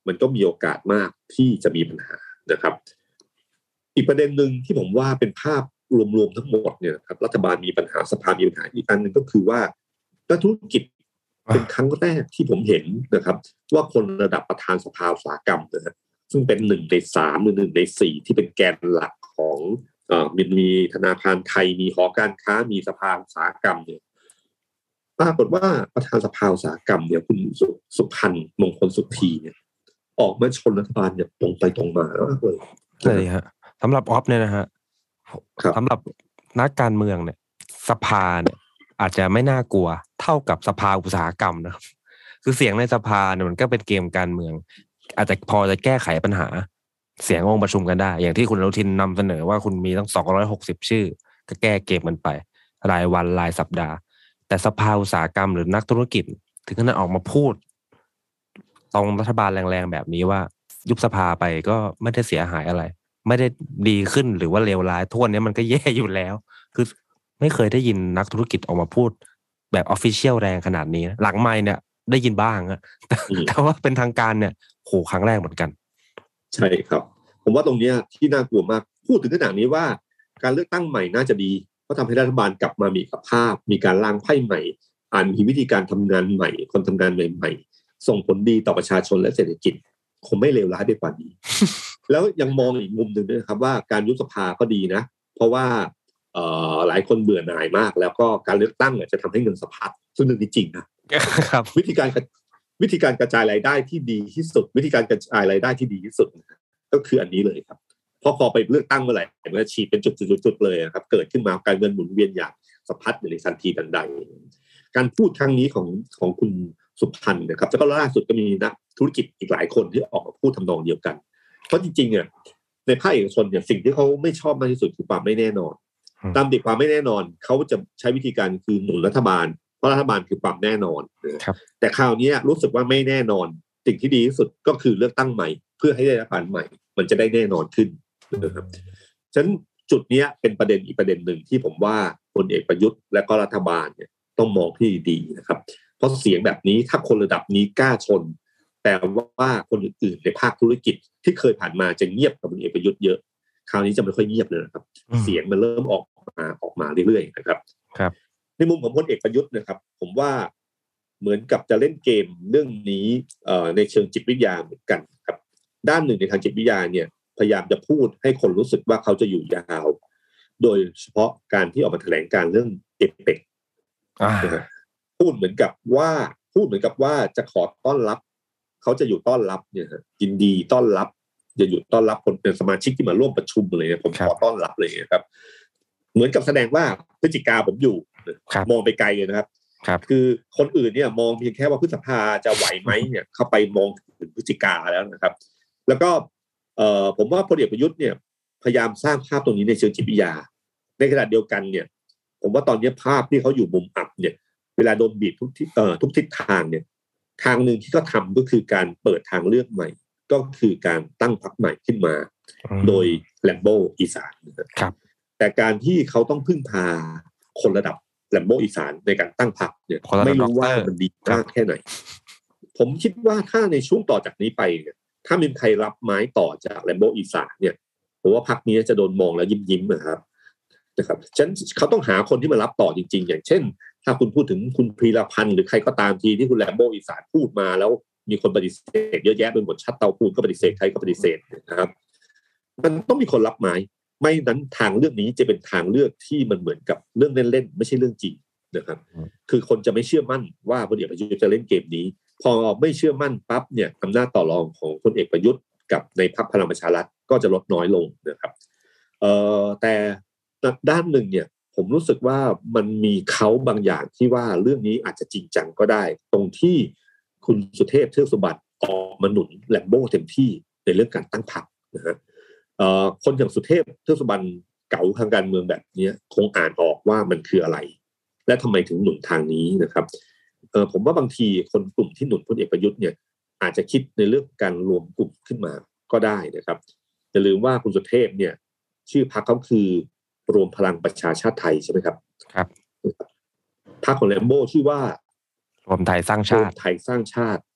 มันก็มีโอกาสมากที่จะมีปัญหานะครับอีกประเด็นหนึ่งที่ผมว่าเป็นภาพรวมๆทั้งหมดเนี่ยครับรัฐบาลมีปัญหาสภามีปัญหาอีกอันหนึ่งก็คือว่านักธุรกิจเป็นครั้งแรกที่ผมเห็นนะครับว่าคนระดับประธานสภาอุตสาหกรรมนะฮะซึ่งเป็น1 ใน 3หรือ1 ใน 4ที่เป็นแกนหลักของมีธนาคารไทยมีหอการค้ามีสภาอุตสาหกรรมเนี่ยปรากฏว่าประธานสภาอุตสาหกรรมเนี่ยคุณสุพันธ์มงคลสุธีเนี่ยออกมาชนรัฐบาลเนี่ยตรงไปตรงมามากเลยใช่ฮะสำหรับออฟเนี่ยนะฮะสำหรับนักการเมืองเนี่ยสภาเนี่ยอาจจะไม่น่ากลัวเท่ากับสภาอุตสาหกรรมนะครับคือเสียงในสภาเนี่ยมันก็เป็นเกมการเมืองอาจจะพอจะแก้ไขปัญหาเสียงองค์ประชุมกันได้อย่างที่คุณอนุทินนำเสนอว่าคุณมีตั้ง260ชื่อก็แก้เกมมันไปรายวันรายสัปดาห์แต่สภาอุตสาหกรรมหรือนักธุรกิจถึงขนาดออกมาพูดตรงรัฐบาลแรงๆแบบนี้ว่ายุบสภาไปก็ไม่ได้เสียหายอะไรไม่ได้ดีขึ้นหรือว่าเลวร้ายทุกวันนี้มันก็แย่อยู่แล้วคือไม่เคยได้ยินนักธุรกิจออกมาพูดแบบออฟฟิเชียลแรงขนาดนี้หลังไมค์เนี่ยได้ยินบ้างอะแต่ว่าเป็นทางการเนี่ยโหครั้งแรกเหมือนกันใช่ครับผมว่าตรงนี้ที่น่ากลัวมากพูดถึงขนาดนี้ว่าการเลือกตั้งใหม่น่าจะดีเพราะทำให้รัฐบาลกลับมามีเอกภาพมีการล้างไพ่ใหม่มีวิธีการทำงานใหม่คนทำงานใหม่ๆส่งผลดีต่อประชาชนและเศรษฐกิจคงไม่เลวร้ายไปกว่านี้ แล้วยังมองอีกมุมหนึ่งด้วยครับว่าการยุบสภาก็ดีนะเพราะว่าหลายคนเบื่อหน่ายมากแล้วก็การเลือกตั้งจะทำให้เงินสะพัดซึ่งเรื่องนี้จริงนะครับวิธีการกระจายรายได้ที่ดีที่สุดวิธีการกระจายรายได้ที่ดีที่สุดก็คืออันนี้เลยครับเพราะพอไปเลือกตั้งเมื่อไหร่มันจะฉีดเป็นจุดๆเลยครับเกิดขึ้นมาการเงินหมุนเวียนอย่างสะพัดในทันทีทันใดการพูดครั้งนี้ของคุณสุพันธ์นะครับแล้วก็ล่าสุดก็มีนักธุรกิจอีกหลายคนที่ออกมาพูดทำนองเดียวกันเพราะจริงๆในภาคเอกชนสิ่งที่เขาไม่ชอบมากที่สุดคือความไม่แน่นอนตามติดความไม่แน่นอนเขาจะใช้วิธีการคือหนุนรัฐบาลเพราะรัฐบาลคือความแน่นอนแต่คราวนี้รู้สึกว่าไม่แน่นอนสิ่งที่ดีที่สุดก็คือเลือกตั้งใหม่เพื่อให้ได้รัฐบาลใหม่มันจะได้แน่นอนขึ้นนะครับฉะนั้นจุดนี้เป็นประเด็นอีกประเด็นหนึ่งที่ผมว่าพลเอกประยุทธ์และก็รัฐบาลเนี่ยต้องมองที่ดีนะครับเพราะเสียงแบบนี้ถ้าคนระดับนี้กล้าชนแต่ว่าคนอื่นๆในภาคธุรกิจที่เคยผ่านมาจะเงียบกับพลเอกประยุทธ์เยอะคราวนี้จะไม่ค่อยเงียบเลยนะครับเสียงมันเริ่มออกมาเรื่อยๆนะครับในมุมของพลเอกประยุทธ์นะครับผมว่าเหมือนกับจะเล่นเกมเรื่องนี้ในเชิงจิตวิทยาเหมือนกันครับด้านหนึ่งในทางจิตวิทยาเนี่ยพยายามจะพูดให้คนรู้สึกว่าเขาจะอยู่ยาวโดยเฉพาะการที่ออกมาแถลงการเรื่องเอเปกพูดเหมือนกับว่าจะขอต้อนรับเขาจะอยู่ต้อนรับเนี่ยยินดีต้อนรับจะอยู่ต้อนรับคนเป็นสมาชิกที่มาร่วมประชุมเลยผมขอต้อนรับเลยครับเหมือนกับแสดงว่าพฤศจิกาผมอยู่มองไปไกลเลยนะครับคือคนอื่นเนี่ยมองเพียงแค่ว่าพฤษภาจะไหวไหมเนี่ยเข้าไปมองถึงพฤศจิกาแล้วนะครับแล้วก็ผมว่าพลเอกประยุทธ์เนี่ยพยายามสร้างภาพตรงนี้ในเชิงจิตวิทยาในขณะเดียวกันเนี่ยผมว่าตอนนี้ภาพที่เขาอยู่มุมอับเนี่ยเวลาโดนบีบทุกทิศทางเนี่ยทางหนึ่งที่เขาทำก็คือการเปิดทางเลือกใหม่ก็คือการตั้งพรรคใหม่ขึ้นมาโดยแลมโบอีสานนะครับแต่การที่เขาต้องพึ่งพาคนระดับแลมโบอีสานในการตั้งพรรคเนี่ยไม่รู้ว่ามันดีมากแค่ไหนผมคิดว่าถ้าในช่วงต่อจากนี้ไปเนี่ยถ้ามีใครรับไม้ต่อจากแลมโบอีสานเนี่ยผมว่าพรรคนี้จะโดนมองแล้วยิ้มนะครับฉะนั้นเขาต้องหาคนที่มารับต่อจริงๆอย่างเช่นถ้าคุณพูดถึงคุณพีรพันธ์หรือใครก็ตามทีที่คุณแลมโบอีสานพูดมาแล้วมีคนปฏิเสธเยอะแยะเป็นหมดชัดเตาปูนก็ปฏิเสธใครก็ปฏิเสธนะครับมันต้องมีคนรับไม้ไม่นั้นทางเลือกนี้จะเป็นทางเลือกที่มันเหมือนกับเรื่องเล่นๆไม่ใช่เรื่องจริงนะครับคือคนจะไม่เชื่อมั่นว่าพลเอกประยุทธ์จะเล่นเกมนี้พอไม่เชื่อมั่นปั๊บเนี่ยอำนาจต่อรองของพลเอกประยุทธ์กับในพรรคพลังประชารัฐก็จะลดน้อยลงนะครับแต่ด้านหนึ่งเนี่ยผมรู้สึกว่ามันมีเขาบางอย่างที่ว่าเรื่องนี้อาจจะจริงจังก็ได้ตรงที่คุณสุเทพเทือกสุบรรณออกมาหนุนแลมโบ้เต็มที่ในเรื่องการตั้งพรรคนะฮะคนอย่างสุเทพเทือกสุบรรณเก่าทางการเมืองแบบนี้คงอ่านออกว่ามันคืออะไรและทำไมถึงหนุนทางนี้นะครับผมว่าบางทีคนกลุ่มที่หนุนพลเอกประยุทธ์เนี่ยอาจจะคิดในเรื่องการรวมกลุ่มขึ้นมาก็ได้นะครับอย่าลืมว่าคุณสุเทพเนี่ยชื่อพรรคเขาคือรวมพลังประชาชาติไทยใช่ไหมครับครับพรรคของแลมโบ้ชื่อว่ารวมไทยสร้างชาติไทยสร้างชาติ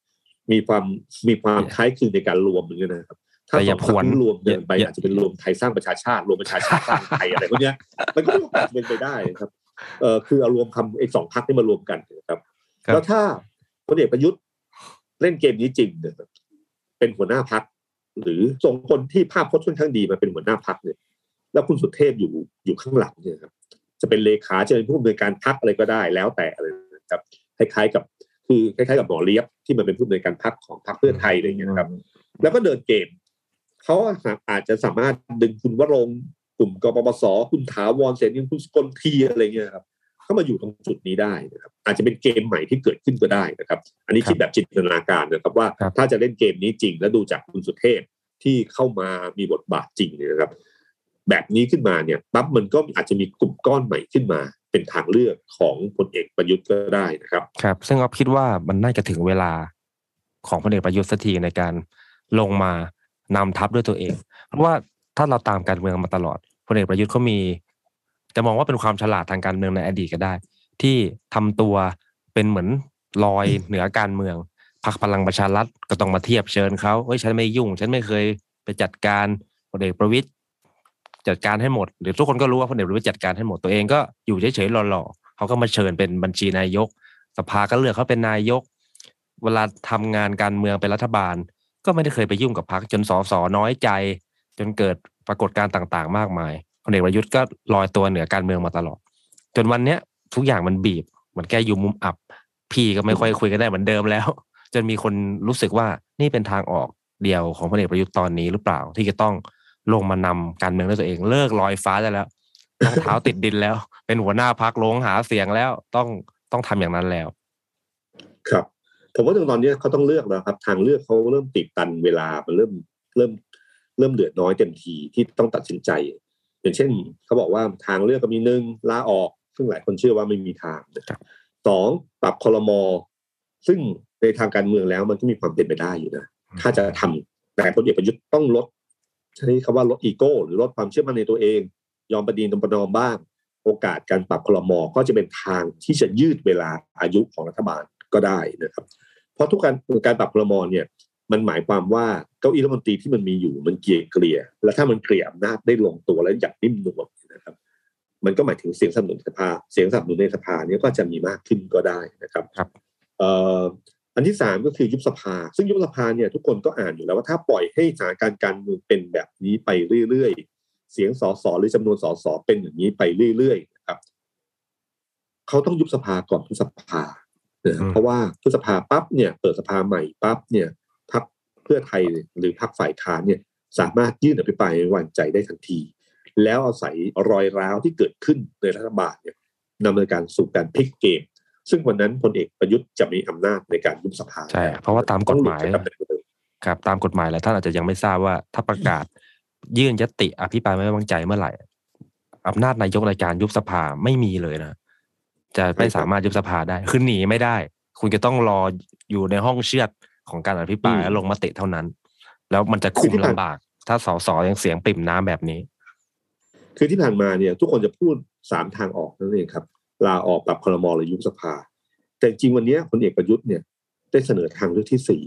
มีความคล้ายคลึงในการรวมเหมือนกันนะครับถ้าสองพรรครวมเดินไปอาจจะเป็นรวมไทยสร้างประชาชาติรวมประชาชาติสร้างไทยอะไรพวกนี้มันก็มีโอกาสเป็นไปได้ครับคือเอารวมคำไอ้สองพรรคนี้มารวมกันนะครับแล้วถ้าพลเอกประยุทธ์เล่นเกมนี้จริงเนี่ยเป็นหัวหน้าพรรคหรือส่งคนที่ภาพพจน์ค่อนข้างดีมาเป็นหัวหน้าพรรคเนี่ยแล้วคุณสุเทพอยู่ข้างหลังเนี่ยครับจะเป็นเลขาจะเป็นผู้อำนวยการพรรคอะไรก็ได้แล้วแต่อะไรนะครับคล้ายๆกับหมอเลียบที่มันเป็นผู้อำนวยการพรรคของพรรคเพื่อไทยอะไรอย่างเงี้ยครับแล้วก็เดินเกมเขาอาจจะสามารถดึงคุณวรงค์กลุ่มกปปสคุณถาวรเสนีคุณสกลทีอะไรเงี้ยครับเข้ามาอยู่ตรงจุดนี้ได้นะครับอาจจะเป็นเกมใหม่ที่เกิดขึ้นก็ได้นะครับอันนี้คิดแบบจินตนาการนะครับว่าถ้าจะเล่นเกมนี้จริงแล้วดูจากคุณสุเทพที่เข้ามามีบทบาทจริงเนี่ยนะครับแบบนี้ขึ้นมาเนี่ยปั๊บมันก็อาจจะมีกลุ่มก้อนใหม่ขึ้นมาเป็นทางเลือกของพลเอกประยุทธ์ก็ได้นะครับครับซึ่งเราคิดว่ามันน่าจะถึงเวลาของพลเอกประยุทธ์สักทีในการลงมานำทัพด้วยตัวเองเพราะว่าถ้าเราตามการเมืองมาตลอดพลเอกประยุทธ์เขามีจะมองว่าเป็นความฉลาดทางการเมืองในอดีตก็ได้ที่ทำตัวเป็นเหมือนลอยเหนือการเมืองพรรคพลังประชารัฐก็ต้องมาเทียบเชิญเขาเฮ้ยฉันไม่ยุ่งฉันไม่เคยไปจัดการพลเอกประวิตรจัดการให้หมดหรือทุกคนก็รู้ว่าพลเอกประวิตรจัดการให้หมดตัวเองก็อยู่เฉยๆหล่อๆเขาก็มาเชิญเป็นบัญชีนายกสภาก็เลือกเขาเป็นนายกเวลาทำงานการเมืองเป็นรัฐบาลก็ไม่ได้เคยไปยุ่งกับพรรคจนสสน้อยใจจนเกิดปรากฏการณ์ต่างๆมากมายพลเอกประยุทธ์ก็ลอยตัวเหนือการเมืองมาตลอดจนวันเนี้ยทุกอย่างมันบีบเหมือนแกอยู่มุมอับพี่ก็ไม่ค่อยคุยกันได้เหมือนเดิมแล้วจนมีคนรู้สึกว่านี่เป็นทางออกเดียวของพลเอกประยุทธ์ตอนนี้หรือเปล่าที่จะต้องลงมานำการเมืองด้วยตัวเองเลิกลอยฟ้าได้แล้วต้องเท้าติดดินแล้วเป็นหัวหน้าพรรคลงหาเสียงแล้วต้องทำอย่างนั้นแล้วครับผมว่าตอนนี้เขาต้องเลือกแล้วครับทางเลือกเขาเริ่มติดตันเวลามันเริ่มเหลือน้อยเต็มทีที่ต้องตัดสินใจอย่างเช่นเขาบอกว่าทางเลือกก็มี1ลาออกซึ่งหลายคนเชื่อว่าไม่มีทาง2ปรับครม.ซึ่งในทางการเมืองแล้วมันก็มีความเป็นไปได้อยู่นะถ้าจะทำแต่พลเอกประยุทธ์ต้องลดใช้คำว่าลดอีโก้หรือลดความเชื่อมั่นในตัวเองยอมประนีประนอมบ้างโอกาสการปรับครม.ก็จะเป็นทางที่จะยืดเวลาอายุของรัฐบาลก็ได้นะครับเพราะทุกการปรับครม.เนี่ยมันหมายความว่าเก้าอี้รัฐมนตรีที่มันมีอยู่มันเกลี่ยและถ้ามันเกลี่ยอำนาจได้ลงตัวและอย่างนิ่มนวลนะครับมันก็หมายถึงเสียงสนับสนุนในสภาเนี่ยก็จะมีมากขึ้นก็ได้นะครับอันที่3ก็คือยุบสภาซึ่งยุบสภาเนี่ยทุกคนก็อ่านอยู่แล้วว่าถ้าปล่อยให้สถานการณ์การเมืองเป็นแบบนี้ไปเรื่อยๆเสียงสสหรือจำนวนสสเป็นอย่างนี้ไปเรื่อยๆนะครับเขาต้องยุบสภาก่อนพฤษภาเพราะว่าพฤษภาปั๊บเนี่ยเปิดสภาใหม่ปั๊บเนี่ยพรรคเพื่อไทยหรือพรรคฝ่ายค้านเนี่ยสามารถยื่นอภิปรายไม่ไว้วางใจได้ทันทีแล้วอาศัยรอยร้าวที่เกิดขึ้นในรัฐบาลเนี่ยนำไปการสู่การพลิกเกมซึ่งวันนั้นพลเอกประยุทธ์จะมีอำนาจในการยุบสภาใช่เพราะว่าตามกฎหมายครับตามกฎหมายแล้วท่านอาจจะยังไม่ทราบว่าถ้าประกาศยื่นญัตติอภิปรายไม่ไว้วางใจเมื่อไหร่อำนาจนายกในการยุบสภาไม่มีเลยนะจะไม่สามารถยุบสภาได้คือหนีไม่ได้คุณจะต้องรออยู่ในห้องเชือดของการอภิปรายและลงมติเท่านั้นแล้วมันจะคุมลำบากถ้าสสยังเสียงปริ่มน้ำแบบนี้คือที่ผ่านมาเนี่ยทุกคนจะพูด3ทางออกนั่นเองครับลาออกปรับครม.หรือยุบสภาแต่จริงวันนี้พลเอกประยุทธ์เนี่ยได้เสนอทางเลือกที่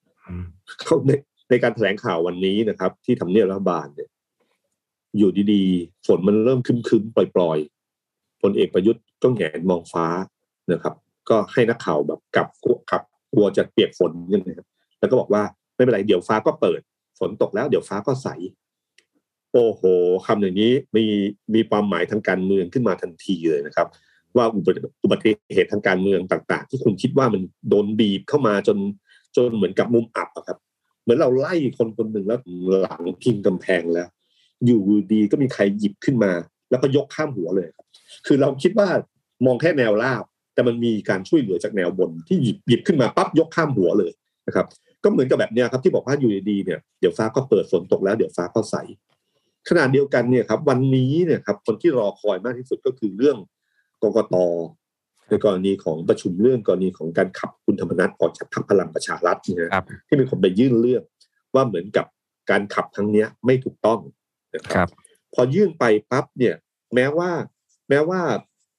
4เขาในการแถลงข่าววันนี้นะครับที่ทำเนียบรัฐบาลเนี่ยอยู่ดีๆฝนมันเริ่มครึ้มๆปล่อยๆพลเอกประยุทธ์ก็แหงนมองฟ้านะครับก็ให้นักข่าวแบบกลัวจะเปียกฝนกันนะครับแล้วก็บอกว่าไม่เป็นไรเดี๋ยวฟ้าก็เปิดฝนตกแล้วเดี๋ยวฟ้าก็ใสโอ้โหคำอย่างนี้มีความหมายทางการเมืองขึ้นมาทันทีเลยนะครับว่าอุบัติเหตุทางการเมืองต่างๆที่คุณคิดว่ามันโดนบีบเข้ามาจนเหมือนกับมุมอับอะครับเหมือนเราไล่คนหนึ่งแล้วหลังพิงกำแพงแล้วอยู่ดีก็มีใครหยิบขึ้นมาแล้วก็ยกข้ามหัวเลยครับคือเราคิดว่ามองแค่แนวราบแต่มันมีการช่วยเหลือจากแนวบนที่หยิบขึ้นมาปั๊บยกข้ามหัวเลยนะครับก็เหมือนกับแบบนี้ครับที่บอกว่าอยู่ดีๆเนี่ยเดี๋ยวฟ้าก็เปิดฝนตกแล้วเดี๋ยวฟ้าก็ใสขณะเดียวกันเนี่ยครับวันนี้เนี่ยครับคนที่รอคอยมากที่สุดก็คือเรื่องกกต.ในกรณีของประชุมเรื่องกรณีของการขับคุณธรรมนัสออกจากพรรคพลังประชารัฐนะครับที่เป็นคนไปยื่นเรื่องว่าเหมือนกับการขับครั้งนี้ไม่ถูกต้องนะครับพอยื่นไปปั๊บเนี่ยแม้ว่า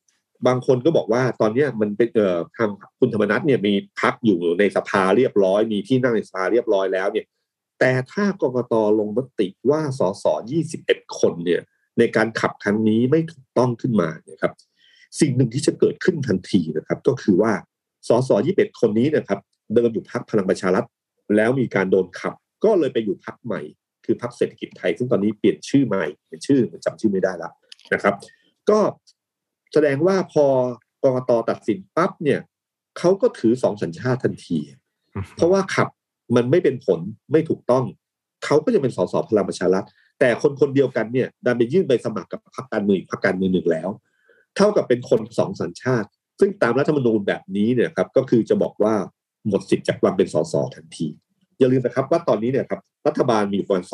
บางคนก็บอกว่าตอนนี้มันเป็นทางคุณธรรมนัสเนี่ยมีพรรคอยู่ในสภาเรียบร้อยมีที่นั่งในสภาเรียบร้อยแล้วเนี่ยแต่ถ้ากกต.ลงมติว่าสส21คนเนี่ยในการขับครั้งนี้ไม่ถูกต้องขึ้นมาเนี่ยครับสิ่งหนึ่งที่จะเกิดขึ้นทันทีนะครับก็คือว่าสส21คนนี้นะครับเดิมอยู่พรรคพลังประชารัฐแล้วมีการโดนขับก็เลยไปอยู่พรรคใหม่คือพรรคเศรษฐกิจไทยซึ่งตอนนี้เปลี่ยนชื่อใหม่เป็นชื่อจำชื่อไม่ได้แล้วนะครับก็แสดงว่าพอกกต.ตัดสินปั๊บเนี่ยเขาก็ถือ2สัญชาติทันทีเพราะว่าขับมันไม่เป็นผลไม่ถูกต้องเขาก็จะเป็นสสพลังประชารัฐแต่คนเดียวกันเนี่ยดันไปยื่นใบสมัครกับพรรคการเมืองพรรคการเมืองหนึ่งแล้วเท่ากับเป็นคน2สัญชาติซึ่งตามรัฐธรรมนูญแบบนี้เนี่ยครับก็คือจะบอกว่าหมดสิทธิ์จากความเป็นสสทันทีอย่าลืมนะครับว่าตอนนี้เนี่ยครับรัฐบาลมีประมาณ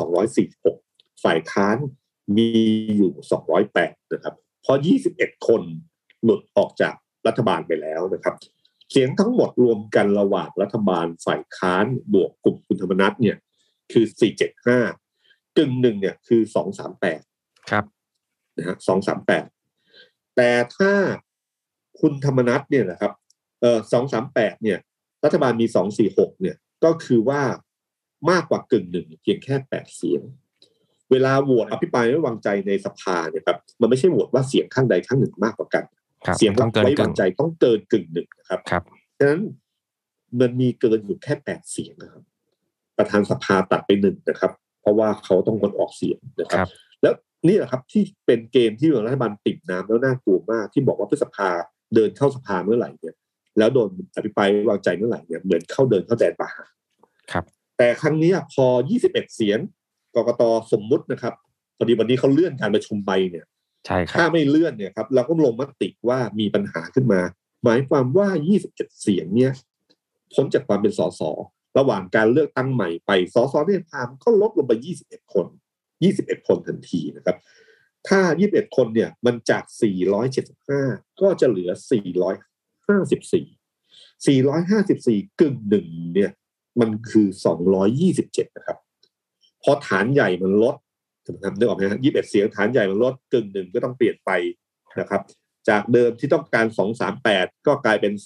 246ฝ่ายค้านมีอยู่208นะครับพอ21คนหลุดออกจากรัฐบาลไปแล้วนะครับเสียงทั้งหมดรวมกันระหว่างรัฐบาลฝ่ายค้านบวกกลุ่มคุณธรรมนัสเนี่ยคือ475กึ่งหนึ่งเนี่ยคือ238ครับนะฮะ238แต่ถ้าคุณธรรมนัสเนี่ยนะครับ238เนี่ยรัฐบาลมี246เนี่ยก็คือว่ามากกว่ากึ่งหนึ่งเพียงแค่8เสียงเวลาโหวตอภิปรายไม่ไว้วางใจในสภาเนี่ยครับมันไม่ใช่โหวตว่าเสียงข้างใดข้างหนึ่งมากกว่ากันเสียงไว้วางใจต้องเกินกึ่งหนึ่งนะครับฉะนั้นมันมีเกินอยู่แค่8เสียงนะครับประธานสภาตัดไป1นะครับเพราะว่าเขาต้องงดออกเสียงนะครับแล้วนี่แหละครับที่เป็นเกมที่รัฐบาลติดน้ำแล้วน่ากลัวมากที่บอกว่าพฤษภาเดินเข้าสภาเมื่อไหร่เนี่ยแล้วโดนอภิปรายไม่ไว้วางใจเมื่อไหร่เนี่ยเหมือนเข้าแดนประหารครับแต่ครั้งนี้พอ21เสียงกกต.สมมุตินะครับพอดีวันนี้เขาเลื่อนการประชุมไปเนี่ยใช่ครับถ้าไม่เลื่อนเนี่ยครับเราก็ลงมติว่ามีปัญหาขึ้นมาหมายความว่า21เสียงเนี่ยพ้นจากความเป็นสสระหว่างการเลือกตั้งใหม่ไปสสในสภาก็ลดลงไป21คนทันทีนะครับถ้า21คนเนี่ยมันจาก475ก็จะเหลือ454กึ่งหนึ่งเนี่ยมันคือ227นะครับพอฐานใหญ่มันลดนะครับนึกออกไหมฮะ21เสียงฐานใหญ่มันลดกึ่งหนึ่งก็ต้องเปลี่ยนไปนะครับจากเดิมที่ต้องการ238ก็กลายเป็น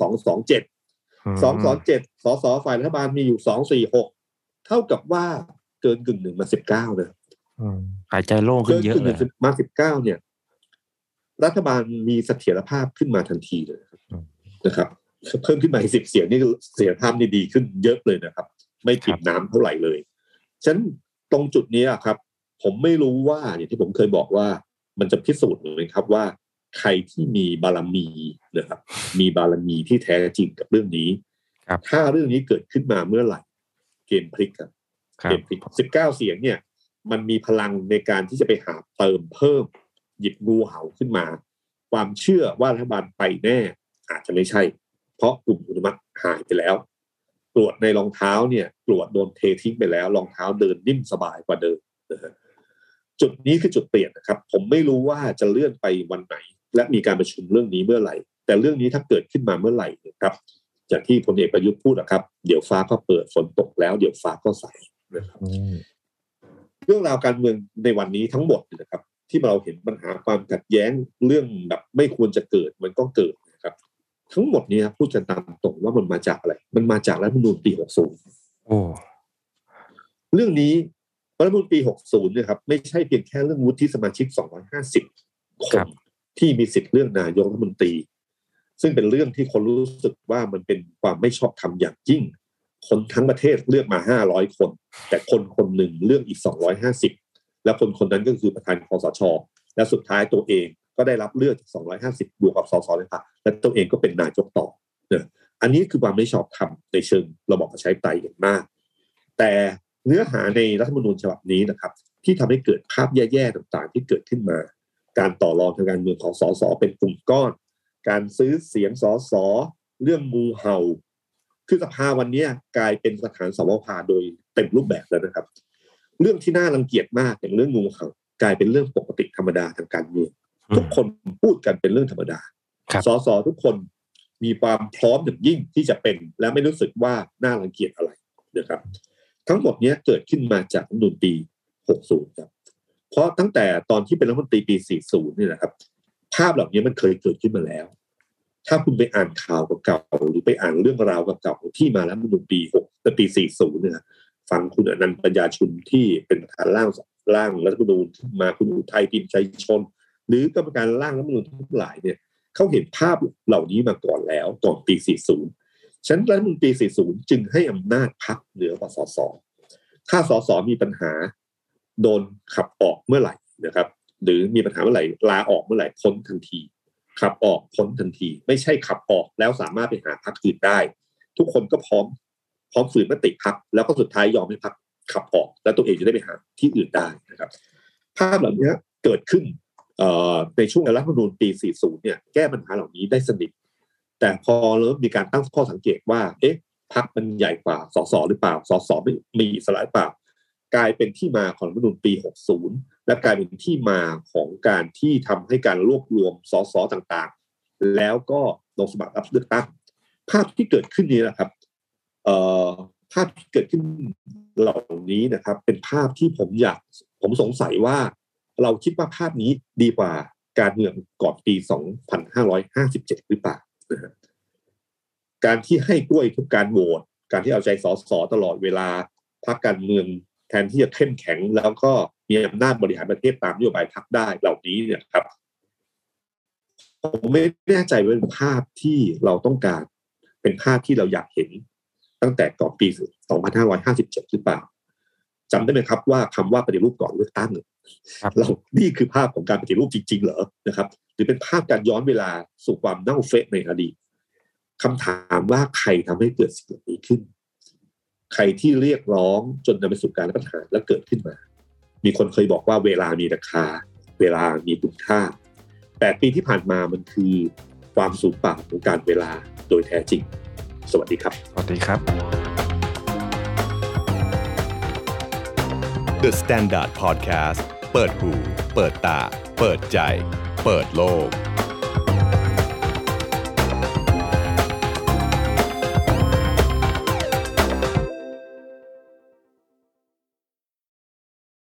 227สสฝ่ายรัฐบาลมีอยู่246เท่ากับว่าเกินกึ่งหนึ่งมา19นะหายใจโล่งขึ้นเยอะเลยมา19เนี่ยรัฐบาลมีเสถียรภาพขึ้นมาทันทีเลยนะครับเพิ่มขึ้นมา10เสียงนี่เสถียรภาพนี่ดีขึ้นเยอะเลยนะครับไม่ติดน้ำเท่าไหร่เลยฉะนั้นตรงจุดนี้ครับผมไม่รู้ว่าอย่างที่ผมเคยบอกว่ามันจะพิสูจน์เลยครับว่าใครที่มีบารมีนะครับมีบารมีที่แท้จริงกับเรื่องนี้ถ้าเรื่องนี้เกิดขึ้นมาเมื่อไหร่เกมพลิกครับเกมพลิก19เสียงเนี่ยมันมีพลังในการที่จะไปหาเติมเพิ่มหยิบงูเห่าขึ้นมาความเชื่อว่ารัฐบาลไปแน่อาจจะไม่ใช่เพราะกลุ่มอนุมัติหายไปแล้วกรวดในรองเท้าเนี่ยกรวดโดนเททิ้งไปแล้วรองเท้าเดินนิ่มสบายกว่าเดิมจุดนี้คือจุดเปลี่ยนนะครับผมไม่รู้ว่าจะเลื่อนไปวันไหนและมีการประชุมเรื่องนี้เมื่อไหร่แต่เรื่องนี้ถ้าเกิดขึ้นมาเมื่อไหร่นะครับจากที่พลเอกประยุทธ์พูดนะครับเดี๋ยวฟ้าก็เปิดฝนตกแล้วเดี๋ยวฟ้าก็ใสนะครับเรื่องราวการเมืองในวันนี้ทั้งหมดนะครับที่เราเห็นปัญหาความขัดแย้งเรื่องแบบไม่ควรจะเกิดมันก็เกิดนะครับทั้งหมดนี้พูดกันตามตรงว่ามันมาจากอะไรมันมาจากรัฐธรรมนูญปี60เรื่องนี้รัฐธรรมนูญปี60เนี่ยครับไม่ใช่เพียงแค่เรื่องวุฒิสมาชิก250คนที่มีสิทธิ์เลือกนายกรัฐมนตรีซึ่งเป็นเรื่องที่คนรู้สึกว่ามันเป็นความไม่ชอบธรรมอย่างยิ่งคนทั้งประเทศเลือกมา500คนแต่คนหนึ่งเลือกอีก250และคนนั้นก็คือประธานคสช.และสุดท้ายตัวเองก็ได้รับเลือกจาก250บวกกับสสเลยค่ะและตัวเองก็เป็นนายกต่อเนี่ยอันนี้คือความไม่ชอบธรรมในเชิงระบอบประชาธิปไตยอย่างมากแต่เนื้อหาในรัฐธรรมนูญฉบับนี้นะครับที่ทำให้เกิดภาพแย่ๆต่างๆที่เกิดขึ้นมาการต่อรองทางการเมืองของสสเป็นกลุ่มก้อนการซื้อเสียงสสเรื่องงูเห่าคือสภาวันนี้กลายเป็นสถานสวภาโดยเต็มรูปแบบแล้วนะครับเรื่องที่น่ารังเกียจมากอย่างเรื่องงูเห่ากลายเป็นเรื่องปกติธรรมดาทางการเมืองทุกคนพูดกันเป็นเรื่องธรรมดาสสทุกคนมีความพร้อมอย่างยิ่งที่จะเป็นและไม่รู้สึกว่าน่ารังเกียจอะไรนะครับทั้งหมดนี้เกิดขึ้นมาจากรัฐธรรมนูญปี60ครับเพราะตั้งแต่ตอนที่เป็นรัฐมนตรีปี40นี่นะครับภาพเหล่านี้มันเคยเกิดขึ้นมาแล้วถ้าคุณไปอ่านข่าวเก่าๆหรือไปอ่านเรื่องราวเก่าๆที่มาแล้วมันปี40เนี่ยฟังคุณอนันต์ปัญญาชุนที่เป็นประธานร่างรัฐธรรมนูญมาคุณอุทัยพิมพ์ใจชนหรือกรรมการร่างรัฐธรรมนูญทั้งหลายเนี่ยเขาเห็นภาพเหล่านี้มาก่อนแล้วก่อนปี40ฉะนั้นรัฐธรรมนูญปี40จึงให้อำนาจพรรคเหนือกว่าสสถ้าสสมีปัญหาโดนขับออกเมื่อไหร่นะครับหรือมีปัญหาเมื่อไหร่ลาออกเมื่อไหร่พ้นทันทีขับออกพ้นทันทีไม่ใช่ขับออกแล้วสามารถไปหาพรรคอื่นได้ทุกคนก็พร้อมฝืนมติพรรคแล้วก็สุดท้ายยอมให้พรรคขับออกแล้วตัวเองจะได้ไปหาที่อื่นได้นะครับภาพเหล่านี้เกิดขึ้นในช่วงรัฐธรรมนูญปี40เนี่ยแก้ปัญหาเหล่านี้ได้สนิทแต่พอเริ่มมีการตั้งข้อสังเกตว่าพรรคมันใหญ่กว่าสสหรือเปล่าสสไม่มีอิสระหรือเปล่ากลายเป็นที่มาของรัฐธรรมนูญปี60และกลายเป็นที่มาของการที่ทำให้การรวบรวมสสต่างๆแล้วก็ลงสมัครรับเลือกตั้งภาพที่เกิดขึ้นนี้นะครับภาพที่เกิดขึ้นเหล่านี้นะครับเป็นภาพที่ผมสงสัยว่าเราคิดว่าภาพนี้ดีกว่าการเมืองก่อนปี2557หรือเปล่าการที่ให้กล้วยทุกการโหวตการที่เอาใจสสตลอดเวลาพรรคการเมืองแทนที่จะเข้มแข็งแล้วก็มีอำนาจบริหารประเทศตามนโยบายพรรคได้เหล่านี้เนี่ยครับผมไม่แน่ใจว่าเป็นภาพที่เราต้องการเป็นภาพที่เราอยากเห็นตั้งแต่ก่อนปี2557หรือเปล่าจำได้ไหมครับว่าคำว่าปฏิรูปก่อนเลือกตั้งนี่คือภาพของการปฏิรูปจริงๆเหรอนะครับหรือเป็นภาพการย้อนเวลาสู่ความเน่าเฟะในอดีตคำถามว่าใครทำให้เกิดสิ่งนี้ขึ้นใครที่เรียกร้องจนนำไปสู่การรัฐประหารแล้วเกิดขึ้นมามีคนเคยบอกว่าเวลามีราคาเวลามีคุณค่า8 ปีที่ผ่านมามันคือความสูญเปล่าของการเวลาโดยแท้จริงสวัสดีครับสวัสดีครับ The Standard Podcast เปิดหูเปิดตาเปิดใจเปิดโลก